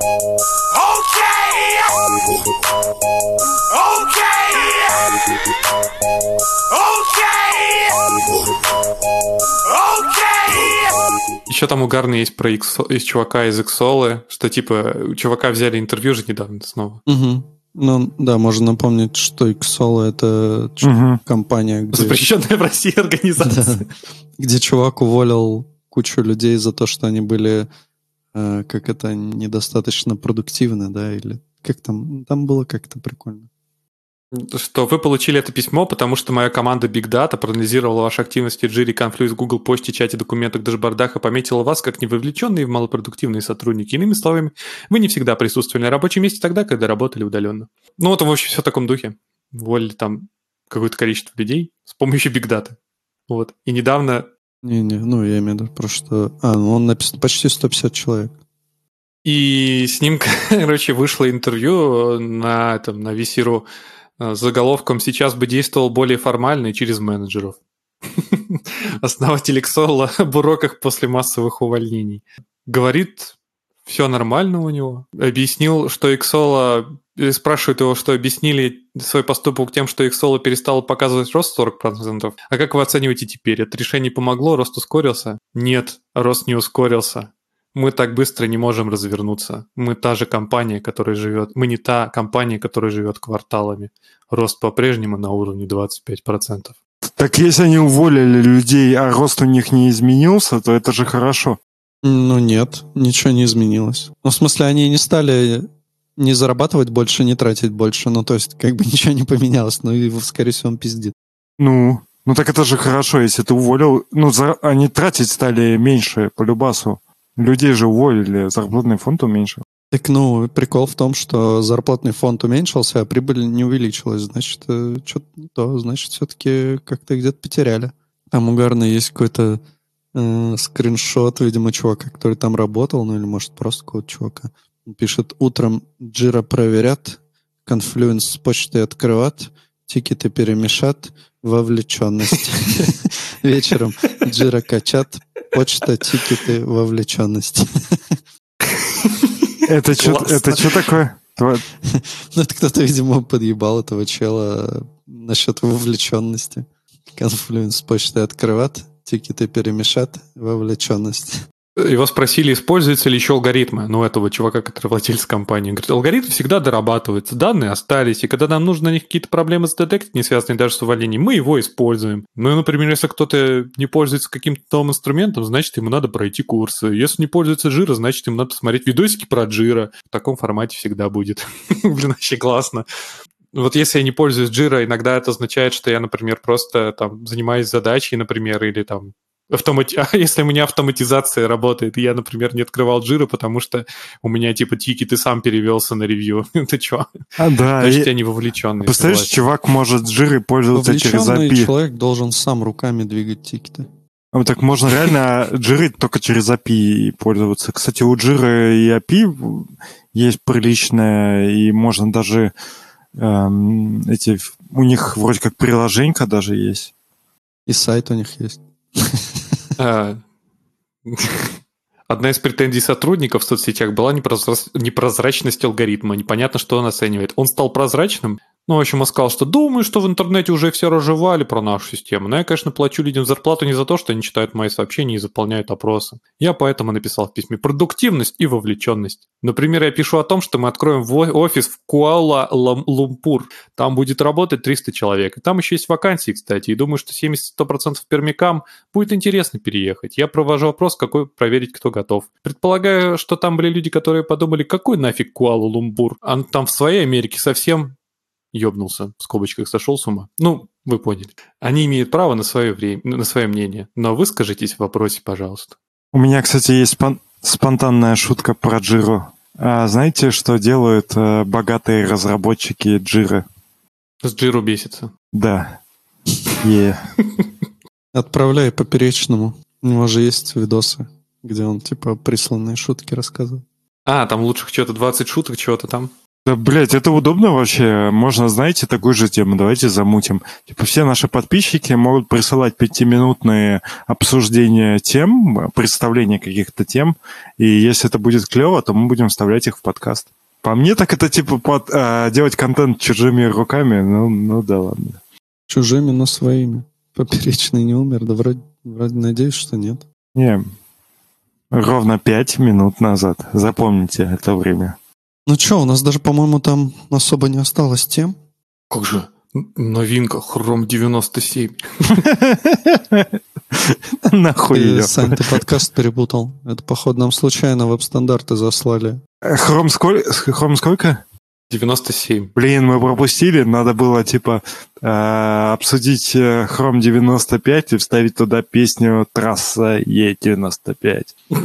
[SPEAKER 4] Еще там угарный есть про из чувака из Xolo, что типа у чувака взяли интервью же недавно снова.
[SPEAKER 5] Угу. Ну, да, можно напомнить, что Xolo — это компания, где...
[SPEAKER 4] Запрещенная в России организация.
[SPEAKER 5] Да, где чувак уволил кучу людей за то, что они были, как это, недостаточно продуктивны, да, или как там было как-то прикольно.
[SPEAKER 4] Что вы получили это письмо, потому что моя команда Big Data проанализировала ваши активности в Jira, Confluence, Google почте, чате, документах, дашбордах и пометила вас как невовлеченные в малопродуктивные сотрудники. Иными словами, вы не всегда присутствовали на рабочем месте тогда, когда работали удаленно. Ну вот, в общем, все в таком духе. Уволили там какое-то количество людей с помощью Big Data. Вот. И недавно...
[SPEAKER 5] Не-не, ну я имею в виду просто, что... ну он написан почти 150 человек.
[SPEAKER 4] И с ним, короче, вышло интервью на VC.ru с заголовком «Сейчас бы действовал более формально и через менеджеров». Основатель Xolo об уроках после массовых увольнений. Говорит, все нормально у него. Объяснил, что Xolo... Спрашивают его, что объяснили свой поступок тем, что Xolo перестал показывать рост 40%. А как вы оцениваете теперь? Это решение помогло? Рост ускорился? Нет, рост не ускорился. Мы так быстро не можем развернуться. Мы та же компания, которая живет... Мы не та компания, которая живет кварталами. Рост по-прежнему на уровне 25%.
[SPEAKER 1] Так если они уволили людей, а рост у них не изменился, то это же хорошо.
[SPEAKER 5] Ну нет, ничего не изменилось. Ну, в смысле, они не стали не зарабатывать больше, не тратить больше. Ну, то есть, как бы ничего не поменялось. Ну, и, скорее всего, он пиздит.
[SPEAKER 1] Ну так это же хорошо, если ты уволил... они тратить стали меньше по любасу. Людей же уволили, зарплатный фонд уменьшил.
[SPEAKER 5] Так, прикол в том, что зарплатный фонд уменьшился, а прибыль не увеличилась. Значит, что-то не то. Значит, все-таки как-то где-то потеряли. Там угарно есть какой-то скриншот, видимо, чувака, который там работал, или, может, просто какого-то чувака. Он пишет: утром Jira проверят, Confluence с почтой открыват, тикеты перемешат, вовлеченность. Вечером Jira качат, почта, тикеты, вовлеченность.
[SPEAKER 1] Это что такое?
[SPEAKER 5] Это кто-то, видимо, подъебал этого чела насчет вовлеченности. Confluence с почтой открыват, тикеты перемешат, вовлеченность.
[SPEAKER 4] Его спросили, используются ли еще алгоритмы, этого чувака, который владелец компании. Он говорит, алгоритмы всегда дорабатываются, данные остались, и когда нам нужно на них какие-то проблемы задетектить, не связанные даже с увольнением, мы его используем. Например, если кто-то не пользуется каким-то новым инструментом, значит, ему надо пройти курсы. Если не пользуется Jira, значит, ему надо посмотреть видосики про Jira. В таком формате всегда будет. Блин, вообще классно. Вот если я не пользуюсь Jira, иногда это означает, что я, например, просто занимаюсь задачей, например, или если у меня автоматизация работает, и я, например, не открывал Jira, потому что у меня тикеты сам перевелся на ревью. Ты чё?
[SPEAKER 1] Да.
[SPEAKER 4] Значит, я не вовлеченный.
[SPEAKER 1] Представляешь, чувак может Jira пользоваться через API.
[SPEAKER 5] Вовлеченный человек должен сам руками двигать тикеты.
[SPEAKER 1] Так можно реально Jira только через API пользоваться. Кстати, у Jira и API есть приличное, и можно даже у них вроде как приложенька даже есть.
[SPEAKER 5] И сайт у них есть.
[SPEAKER 4] Одна из претензий сотрудников в соцсетях была непрозрачность алгоритма. Непонятно, что он оценивает. Он стал прозрачным? В общем, он сказал, что думаю, что в интернете уже все разжевали про нашу систему. Но я, конечно, плачу людям зарплату не за то, что они читают мои сообщения и заполняют опросы. Я поэтому написал в письме продуктивность и вовлеченность. Например, я пишу о том, что мы откроем офис в Куала-Лумпур. Там будет работать 300 человек. И там еще есть вакансии, кстати. И думаю, что 70-100% пермякам будет интересно переехать. Я провожу опрос, проверить, кто готов. Предполагаю, что там были люди, которые подумали, какой нафиг Куала-Лумпур? А там в своей Америке совсем... ёбнулся, в скобочках сошел с ума. Вы поняли. Они имеют право на свое мнение, но выскажитесь в вопросе, пожалуйста.
[SPEAKER 1] У меня, кстати, есть спонтанная шутка про Jira. Знаете, что делают богатые разработчики Jira?
[SPEAKER 4] С Jira бесится.
[SPEAKER 1] Да.
[SPEAKER 5] Отправляй поперечному. У него же есть видосы, где он присланные шутки рассказывает.
[SPEAKER 4] Там лучше что-то 20 шуток, чего-то там.
[SPEAKER 1] Да, блядь, это удобно вообще. Можно, знаете, такую же тему. Давайте замутим. Типа все наши подписчики могут присылать 5-минутные обсуждения тем, представления каких-то тем. И если это будет клево, то мы будем вставлять их в подкаст. По мне, так это типа делать контент чужими руками. Ну да ладно.
[SPEAKER 5] Чужими, но своими. Поперечный не умер. Да вроде надеюсь, что нет.
[SPEAKER 1] Не, ровно 5 минут назад. Запомните это время.
[SPEAKER 5] Ну что, у нас даже, по-моему, там особо не осталось тем.
[SPEAKER 4] Как же? Новинка Chrome 97.
[SPEAKER 1] Нахуй ее.
[SPEAKER 5] Сань, ты подкаст перепутал. Это, походу, нам случайно веб-стандарты заслали.
[SPEAKER 1] Chrome сколько?
[SPEAKER 4] 97.
[SPEAKER 1] Блин, мы пропустили. Надо было, типа, обсудить Chrome 95 и вставить туда песню «Трасса Е95».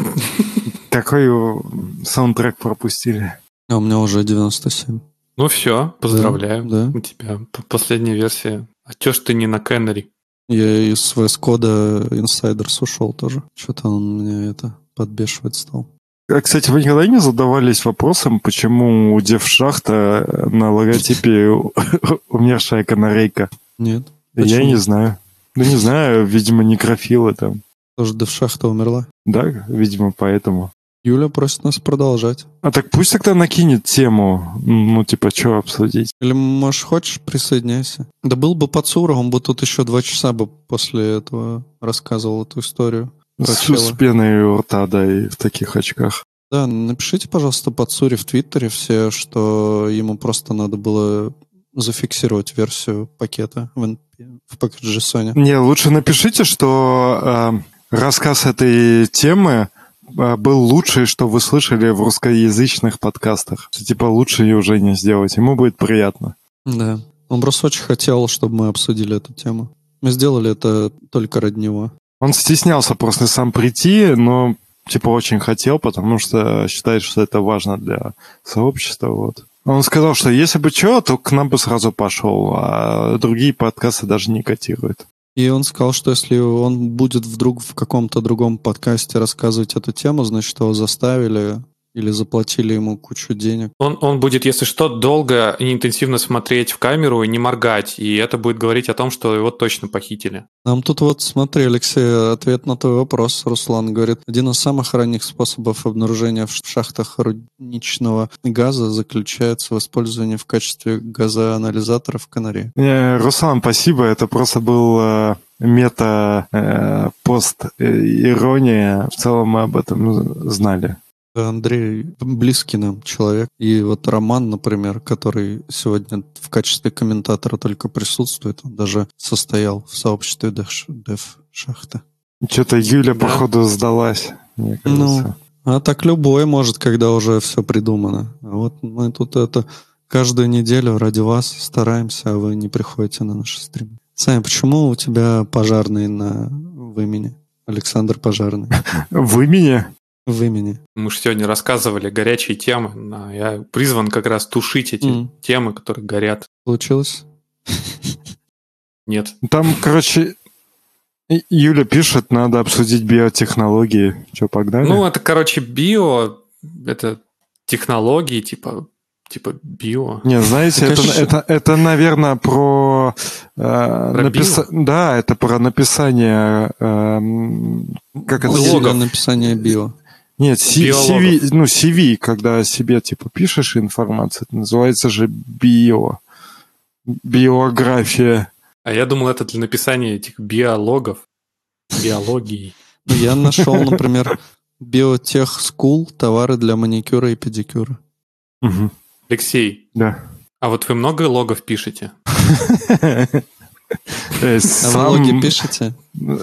[SPEAKER 1] Какой саундтрек пропустили?
[SPEAKER 5] А у меня уже 97.
[SPEAKER 4] Ну все, поздравляю.
[SPEAKER 5] Да.
[SPEAKER 4] У тебя последняя версия. А чё ж ты не на Canary?
[SPEAKER 5] Я из VS Code Insiders ушел тоже. Что-то он мне это подбешивать стал.
[SPEAKER 1] Кстати, вы никогда не задавались вопросом, почему у DevShaft на логотипе умершая канарейка?
[SPEAKER 5] Нет.
[SPEAKER 1] Я не знаю. Ну, не знаю, видимо, некрофилы там.
[SPEAKER 5] Тоже DevShaft умерла.
[SPEAKER 1] Да, видимо, поэтому.
[SPEAKER 5] Юля просит нас продолжать.
[SPEAKER 1] А так пусть тогда накинет тему. Ну, типа, что обсудить?
[SPEAKER 5] Или, может, хочешь, присоединяйся. Да был бы Пацура, он бы тут еще 2 часа бы после этого рассказывал эту историю.
[SPEAKER 1] С пеной у рта, да, и в таких очках.
[SPEAKER 5] Да, напишите, пожалуйста, Пацуре в Твиттере все, что ему просто надо было зафиксировать версию пакета в Package.json.
[SPEAKER 1] Не, лучше напишите, что рассказ этой темы был лучший, что вы слышали в русскоязычных подкастах. Типа лучше ее уже не сделать. Ему будет приятно.
[SPEAKER 5] Да. Он просто очень хотел, чтобы мы обсудили эту тему. Мы сделали это только ради него.
[SPEAKER 1] Он стеснялся просто сам прийти, но типа очень хотел, потому что считает, что это важно для сообщества. Вот. Он сказал, что если бы что, то к нам бы сразу пошел, а другие подкасты даже не котируют.
[SPEAKER 5] И он сказал, что если он будет вдруг в каком-то другом подкасте рассказывать эту тему, значит, его заставили или заплатили ему кучу денег.
[SPEAKER 4] Он будет, если что, долго и интенсивно смотреть в камеру и не моргать, и это будет говорить о том, что его точно похитили.
[SPEAKER 5] Нам тут вот, смотри, Алексей, ответ на твой вопрос. Руслан говорит, один из самых ранних способов обнаружения в шахтах рудничного газа заключается в использовании в качестве газоанализаторов канарей.
[SPEAKER 1] Руслан, спасибо, это просто был мета-пост-ирония. В целом мы об этом знали.
[SPEAKER 5] Андрей близкий нам человек. И вот Роман, например, который сегодня в качестве комментатора только присутствует, он даже состоял в сообществе Дев-шахта.
[SPEAKER 1] Что-то Юля, походу, сдалась, мне кажется.
[SPEAKER 5] А так любой может, когда уже все придумано. А вот мы тут это каждую неделю ради вас стараемся, а вы не приходите на наши стримы. Саня, почему у тебя пожарный в имени? Александр Пожарный.
[SPEAKER 1] В имени?
[SPEAKER 5] В имени.
[SPEAKER 4] Мы же сегодня рассказывали горячие темы. Я призван как раз тушить эти темы, которые горят.
[SPEAKER 5] Получилось?
[SPEAKER 4] Нет.
[SPEAKER 1] Там, короче, Юля пишет, надо обсудить биотехнологии. Что, погнали?
[SPEAKER 4] Ну, это, короче, это технологии, типа био.
[SPEAKER 1] Не, знаете, это наверное, про
[SPEAKER 4] био?
[SPEAKER 1] это про написание как это?
[SPEAKER 5] Написание био.
[SPEAKER 1] Нет, CV, когда о себе типа пишешь информацию, это называется же биография.
[SPEAKER 4] А я думал, это для написания этих биологов, биологии.
[SPEAKER 5] Я нашел, например, Biotech School, товары для маникюра и педикюра.
[SPEAKER 1] Угу.
[SPEAKER 4] Алексей,
[SPEAKER 1] да.
[SPEAKER 4] А вот вы много логов пишете?
[SPEAKER 5] А вы логи пишете?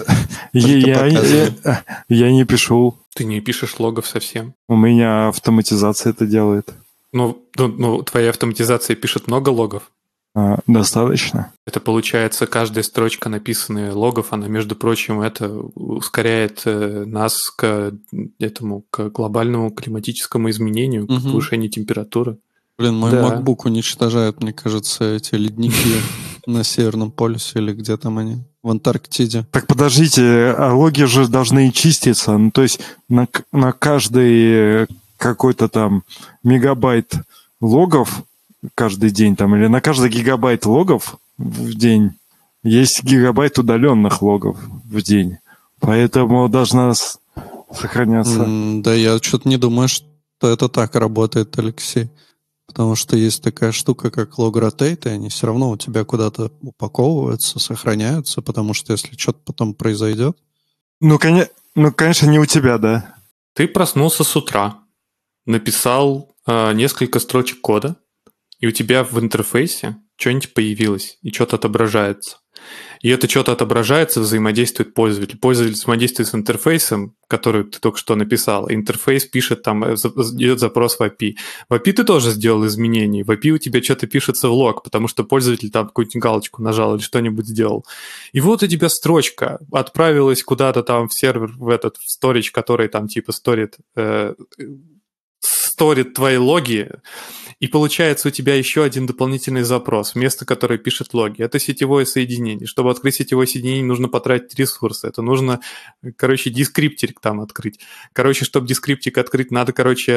[SPEAKER 1] Я не пишу.
[SPEAKER 4] Ты не пишешь логов совсем.
[SPEAKER 1] У меня автоматизация это делает.
[SPEAKER 4] Ну, твоя автоматизация пишет много логов?
[SPEAKER 1] Достаточно.
[SPEAKER 4] Это получается, каждая строчка написанная логов, она, между прочим, это ускоряет нас к глобальному климатическому изменению, к повышению температуры.
[SPEAKER 5] Блин, мой MacBook уничтожает, мне кажется, эти ледники на Северном полюсе или где там они, в Антарктиде.
[SPEAKER 1] Так подождите, а логи же должны и чиститься. Ну, то есть на каждый какой-то там мегабайт логов каждый день, там, или на каждый гигабайт логов в день есть гигабайт удаленных логов в день. Поэтому должна сохраняться.
[SPEAKER 5] Да, я что-то не думаю, что это так работает, Алексей. Потому что есть такая штука, как log-rotate, и они все равно у тебя куда-то упаковываются, сохраняются, потому что если что-то потом произойдет...
[SPEAKER 1] конечно, не у тебя, да.
[SPEAKER 4] Ты проснулся с утра, написал несколько строчек кода, и у тебя в интерфейсе что-нибудь появилось, и что-то отображается. И это что-то отображается, взаимодействует пользователь. Пользователь взаимодействует с интерфейсом, который ты только что написал. Интерфейс пишет, там идет запрос в API. В API ты тоже сделал изменения. В API у тебя что-то пишется в лог, потому что пользователь там какую-нибудь галочку нажал или что-нибудь сделал. И вот у тебя строчка отправилась куда-то там в сервер, в сторидж, который там типа сторит твои логи, и получается у тебя еще один дополнительный запрос, вместо которого пишет логи. Это сетевое соединение. Чтобы открыть сетевое соединение, нужно потратить ресурсы. Это нужно, дескриптик там открыть. Чтобы дескриптик открыть, надо,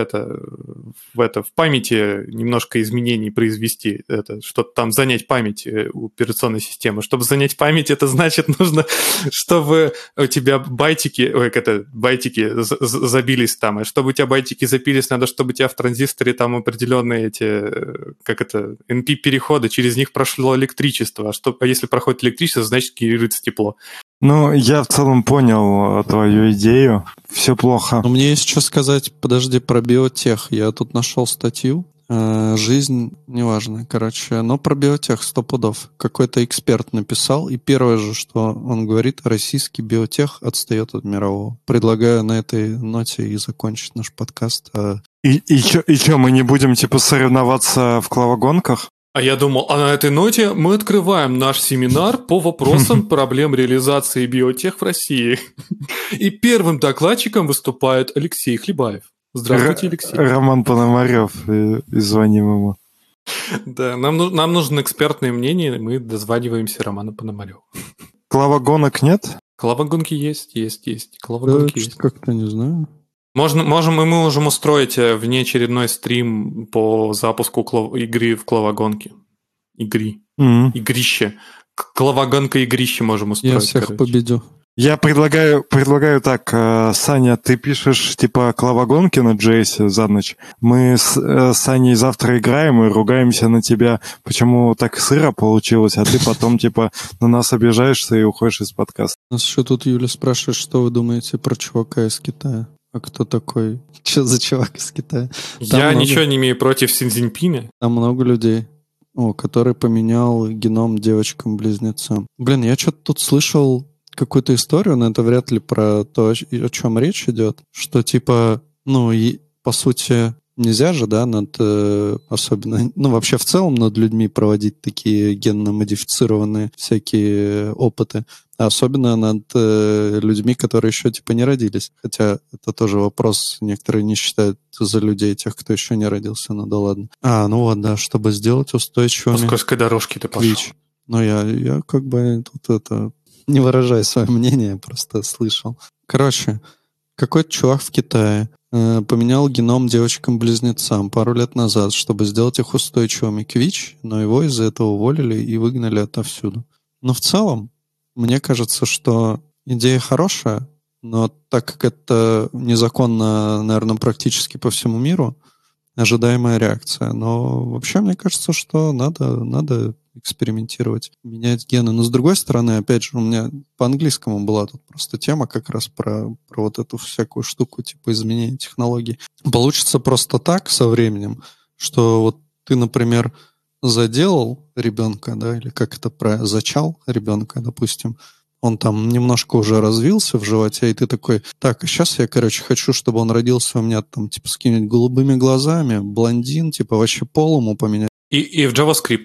[SPEAKER 4] в памяти немножко изменений произвести. Что-то там занять память у операционной системы. Чтобы занять память, это значит, нужно, чтобы у тебя байтики забились там. И чтобы у тебя байтики запились, надо, чтобы у тебя в транзисторе там определенные NP-переходы, через них прошло электричество. А если проходит электричество, значит генерируется тепло.
[SPEAKER 1] Я в целом понял твою идею. Все плохо.
[SPEAKER 5] Но мне есть что сказать, подожди, про биотех. Я тут нашел статью. Жизнь, неважно, но про биотех 100 пудов. Какой-то эксперт написал, и первое же, что он говорит, российский биотех отстает от мирового. Предлагаю на этой ноте и закончить наш подкаст.
[SPEAKER 1] И что, мы не будем, соревноваться в клавогонках?
[SPEAKER 4] А я думал, на этой ноте мы открываем наш семинар по вопросам проблем реализации биотех в России. И первым докладчиком выступает Алексей Хлебаев. Здравствуйте, Алексей.
[SPEAKER 1] Роман Пономарев, и звоним ему.
[SPEAKER 4] Да, нам нужно экспертное мнение, мы дозваниваемся Роману Пономареву.
[SPEAKER 1] Клавогонок нет?
[SPEAKER 4] Клавогонки есть. Клавогонки есть.
[SPEAKER 5] Как-то не знаю.
[SPEAKER 4] Мы можем устроить внеочередной стрим по запуску игры в клавогонке. Игрище. Клавогонка-игрище можем устроить.
[SPEAKER 5] Я всех победю.
[SPEAKER 1] Я предлагаю так, Саня, ты пишешь клавогонки на JS за ночь. Мы с Саней завтра играем и ругаемся на тебя, почему так сыро получилось, а ты потом на нас обижаешься и уходишь из подкаста.
[SPEAKER 5] Нас еще тут Юля спрашивает, что вы думаете про чувака из Китая. А кто такой? Что за чувак из Китая?
[SPEAKER 4] Я ничего не имею против Си Цзиньпиня.
[SPEAKER 5] Там много людей, который поменял геном девочкам-близнецам. Я что-то тут слышал какую-то историю, но это вряд ли про то, о чем речь идет, что по сути, нельзя же, да, особенно, вообще в целом над людьми проводить такие генно-модифицированные всякие опыты, а особенно над людьми, которые еще не родились. Хотя это тоже вопрос, некоторые не считают за людей тех, кто еще не родился, да ладно. Чтобы сделать устойчивыми...
[SPEAKER 4] По скользкой дорожке ты пошел.
[SPEAKER 5] Я тут не выражаю свое мнение, просто слышал. Какой-то чувак в Китае поменял геном девочкам-близнецам пару лет назад, чтобы сделать их устойчивыми к ВИЧ, но его из-за этого уволили и выгнали отовсюду. Но в целом, мне кажется, что идея хорошая, но так как это незаконно, наверное, практически по всему миру, ожидаемая реакция. Но вообще, мне кажется, что надо экспериментировать, менять гены. Но с другой стороны, опять же, у меня по-английскому была тут просто тема как раз про вот эту всякую штуку, изменения технологий. Получится просто так со временем, что ты, например, заделал ребенка, да, или зачал ребенка, допустим, он там немножко уже развился в животе, и ты такой, так, а сейчас я, хочу, чтобы он родился у меня там, с какими-нибудь голубыми глазами, блондин, вообще пол ему поменять.
[SPEAKER 4] И в JavaScript умел.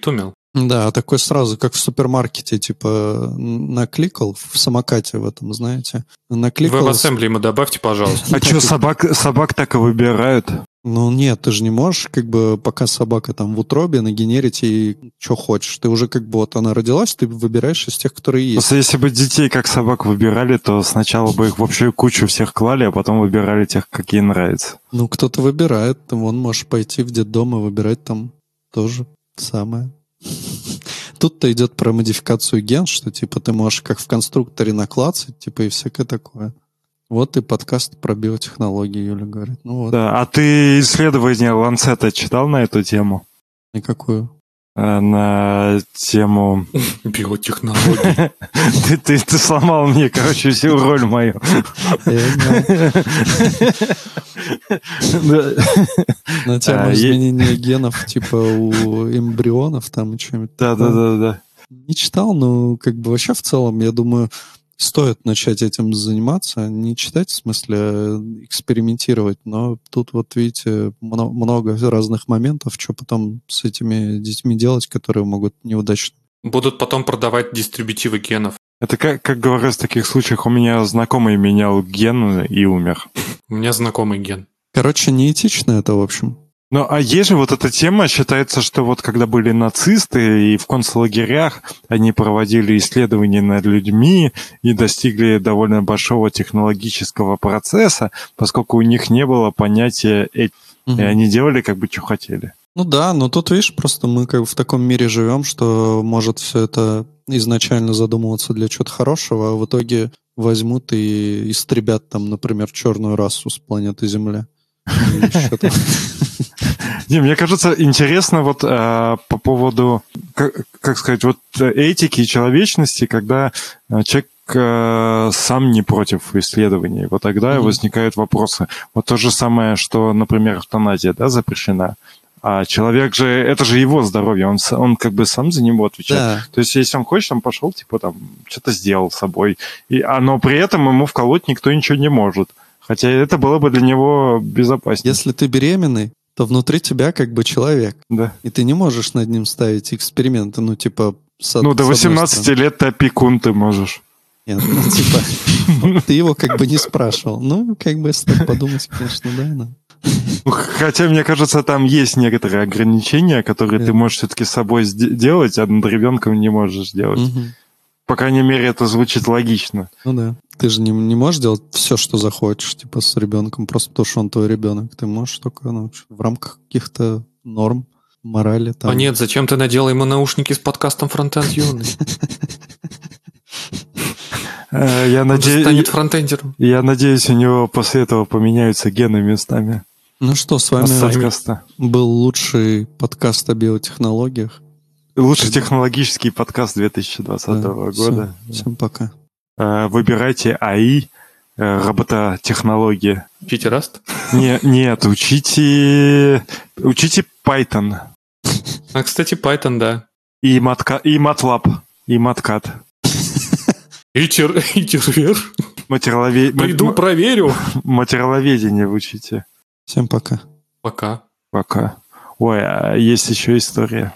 [SPEAKER 5] Да, такой сразу, как в супермаркете, типа, накликал в самокате в этом, знаете. Накликал...
[SPEAKER 4] WebAssembly ему добавьте, пожалуйста.
[SPEAKER 1] А что, собак так и выбирают?
[SPEAKER 5] Ну нет, ты же не можешь, как бы, пока собака там в утробе, нагенерить ей что хочешь. Ты уже как бы вот она родилась, ты выбираешь из тех, которые есть.
[SPEAKER 1] Просто если бы детей как собак выбирали, то сначала бы их в общую кучу всех клали, а потом выбирали тех, какие нравятся.
[SPEAKER 5] Ну, кто-то выбирает, вон можешь пойти в детдом и выбирать там тоже самое. Тут-то идет про модификацию ген, что типа ты можешь как в конструкторе наклацать, типа и всякое такое. Вот и подкаст про биотехнологии, Юля говорит. Ну вот.
[SPEAKER 1] Да, а ты исследование Ланцета читал на эту тему?
[SPEAKER 5] И какую?
[SPEAKER 1] На тему...
[SPEAKER 4] Биотехнологии.
[SPEAKER 1] Ты сломал мне, короче, всю роль мою.
[SPEAKER 5] На тему изменения генов, типа у эмбрионов там и что-нибудь.
[SPEAKER 1] Да.
[SPEAKER 5] Не читал, но как бы вообще в целом, я думаю, стоит начать этим заниматься. Не читать, в смысле, экспериментировать, но тут вот, видите, много разных моментов, что потом с этими детьми делать, которые могут неудачно.
[SPEAKER 4] Будут потом продавать дистрибутивы генов.
[SPEAKER 1] Это как говорят в таких случаях, у меня знакомый менял ген и умер.
[SPEAKER 4] У меня знакомый ген.
[SPEAKER 5] Короче, неэтично это, в общем.
[SPEAKER 1] Ну, а есть же вот эта тема, считается, что вот когда были нацисты и в концлагерях, они проводили исследования над людьми и достигли довольно большого технологического процесса, поскольку у них не было понятия этики. И они делали как бы что хотели.
[SPEAKER 5] Ну да, но тут, видишь, просто мы как бы в таком мире живем, что может все это изначально задумываться для чего-то хорошего, а в итоге возьмут и истребят там, например, черную расу с планеты Земля.
[SPEAKER 1] Не, мне кажется, интересно вот по поводу, как сказать, вот этики и человечности, когда человек сам не против исследований. Вот тогда возникают вопросы. Вот то же самое, что, например, эвтаназия, да, запрещена. А человек же, это же его здоровье, он как бы сам за него отвечает.
[SPEAKER 5] Да.
[SPEAKER 1] То есть, если он хочет, он пошел, типа, там, что-то сделал с собой. Но при этом ему вколоть никто ничего не может. Хотя это было бы для него безопаснее.
[SPEAKER 5] Если ты беременный, то внутри тебя как бы человек.
[SPEAKER 1] Да.
[SPEAKER 5] И ты не можешь над ним ставить эксперименты, ну, типа...
[SPEAKER 1] до 18 лет ты опекун ты можешь.
[SPEAKER 5] Нет, ну, типа, ты его как бы не спрашивал. Ну, как бы, если так подумать, конечно, да, но...
[SPEAKER 1] Хотя, мне кажется, там есть некоторые ограничения, которые ты можешь все-таки с собой делать, а над ребенком не можешь делать. По крайней мере, это звучит логично.
[SPEAKER 5] Ну да. Ты же не можешь делать все, что захочешь, типа, с ребенком, просто потому что он твой ребенок. Ты можешь только в рамках каких-то норм, морали. Там.
[SPEAKER 4] А нет, зачем ты надел ему наушники с подкастом «Фронтенд Юный»?
[SPEAKER 1] Я
[SPEAKER 4] станет фронтендером.
[SPEAKER 1] Я надеюсь, у него после этого поменяются гены местами.
[SPEAKER 5] Ну что, с вами был лучший подкаст о биотехнологиях.
[SPEAKER 1] Лучший технологический подкаст 2020 года.
[SPEAKER 5] Всем пока.
[SPEAKER 1] Выбирайте АИ, робототехнологии.
[SPEAKER 4] Учите Rust?
[SPEAKER 1] Нет, учите Python.
[SPEAKER 4] А, кстати, Python, да.
[SPEAKER 1] И MATLAB, и MATCAD.
[SPEAKER 4] И Тервер. Пойду проверю.
[SPEAKER 1] Материаловедение учите.
[SPEAKER 5] Всем пока.
[SPEAKER 4] Пока.
[SPEAKER 1] Ой, а есть еще история.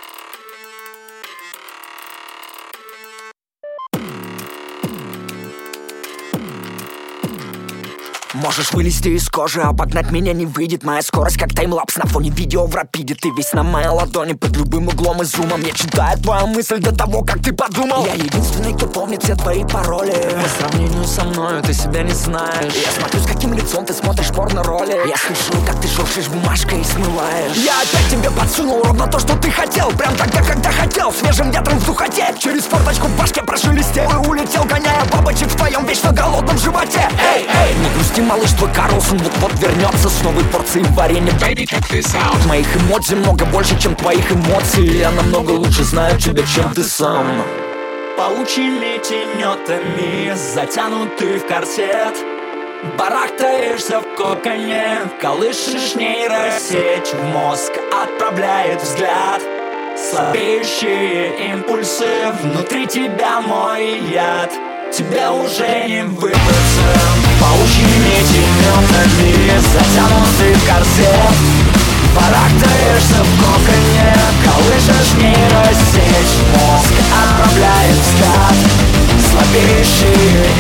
[SPEAKER 6] Можешь вылезти из кожи, обогнать меня не выйдет. Моя скорость как таймлапс на фоне видео в рапиде. Ты весь на моей ладони, под любым углом и зумом. Я читаю твою мысль до того, как ты подумал. Я единственный, кто помнит все твои пароли. По сравнению со мною ты себя не знаешь. Я смотрю, с каким лицом ты смотришь порно-роли. Я слышу, как ты шуршишь бумажкой и смываешь. Я опять тебе подсунул ровно то, что ты хотел. Прям тогда, когда хотел, свежим ветром в сухоте. Через форточку в башке прошелестел и улетел, гоняя бабочек в твоем вечно голодном животе. Эй, не грусти, малыш, твой Карлсон вот вернется с новой порцией варенья. Baby, check this out. Моих эмоций много больше, чем твоих эмоций. Я намного лучше знаю тебя, чем ты сам. Паучьими тенетами затянутый в корсет. Барахтаешься в коконе, колышешь нейросеть. В мозг отправляет взгляд. Слабеющие импульсы, внутри тебя мой яд. Тебя уже не выбраться. Паучьими тенетами затянутый в корсет. Барахтаешься в коконе, колышешь нейросеть. Мозг отправляет в скат слабеющие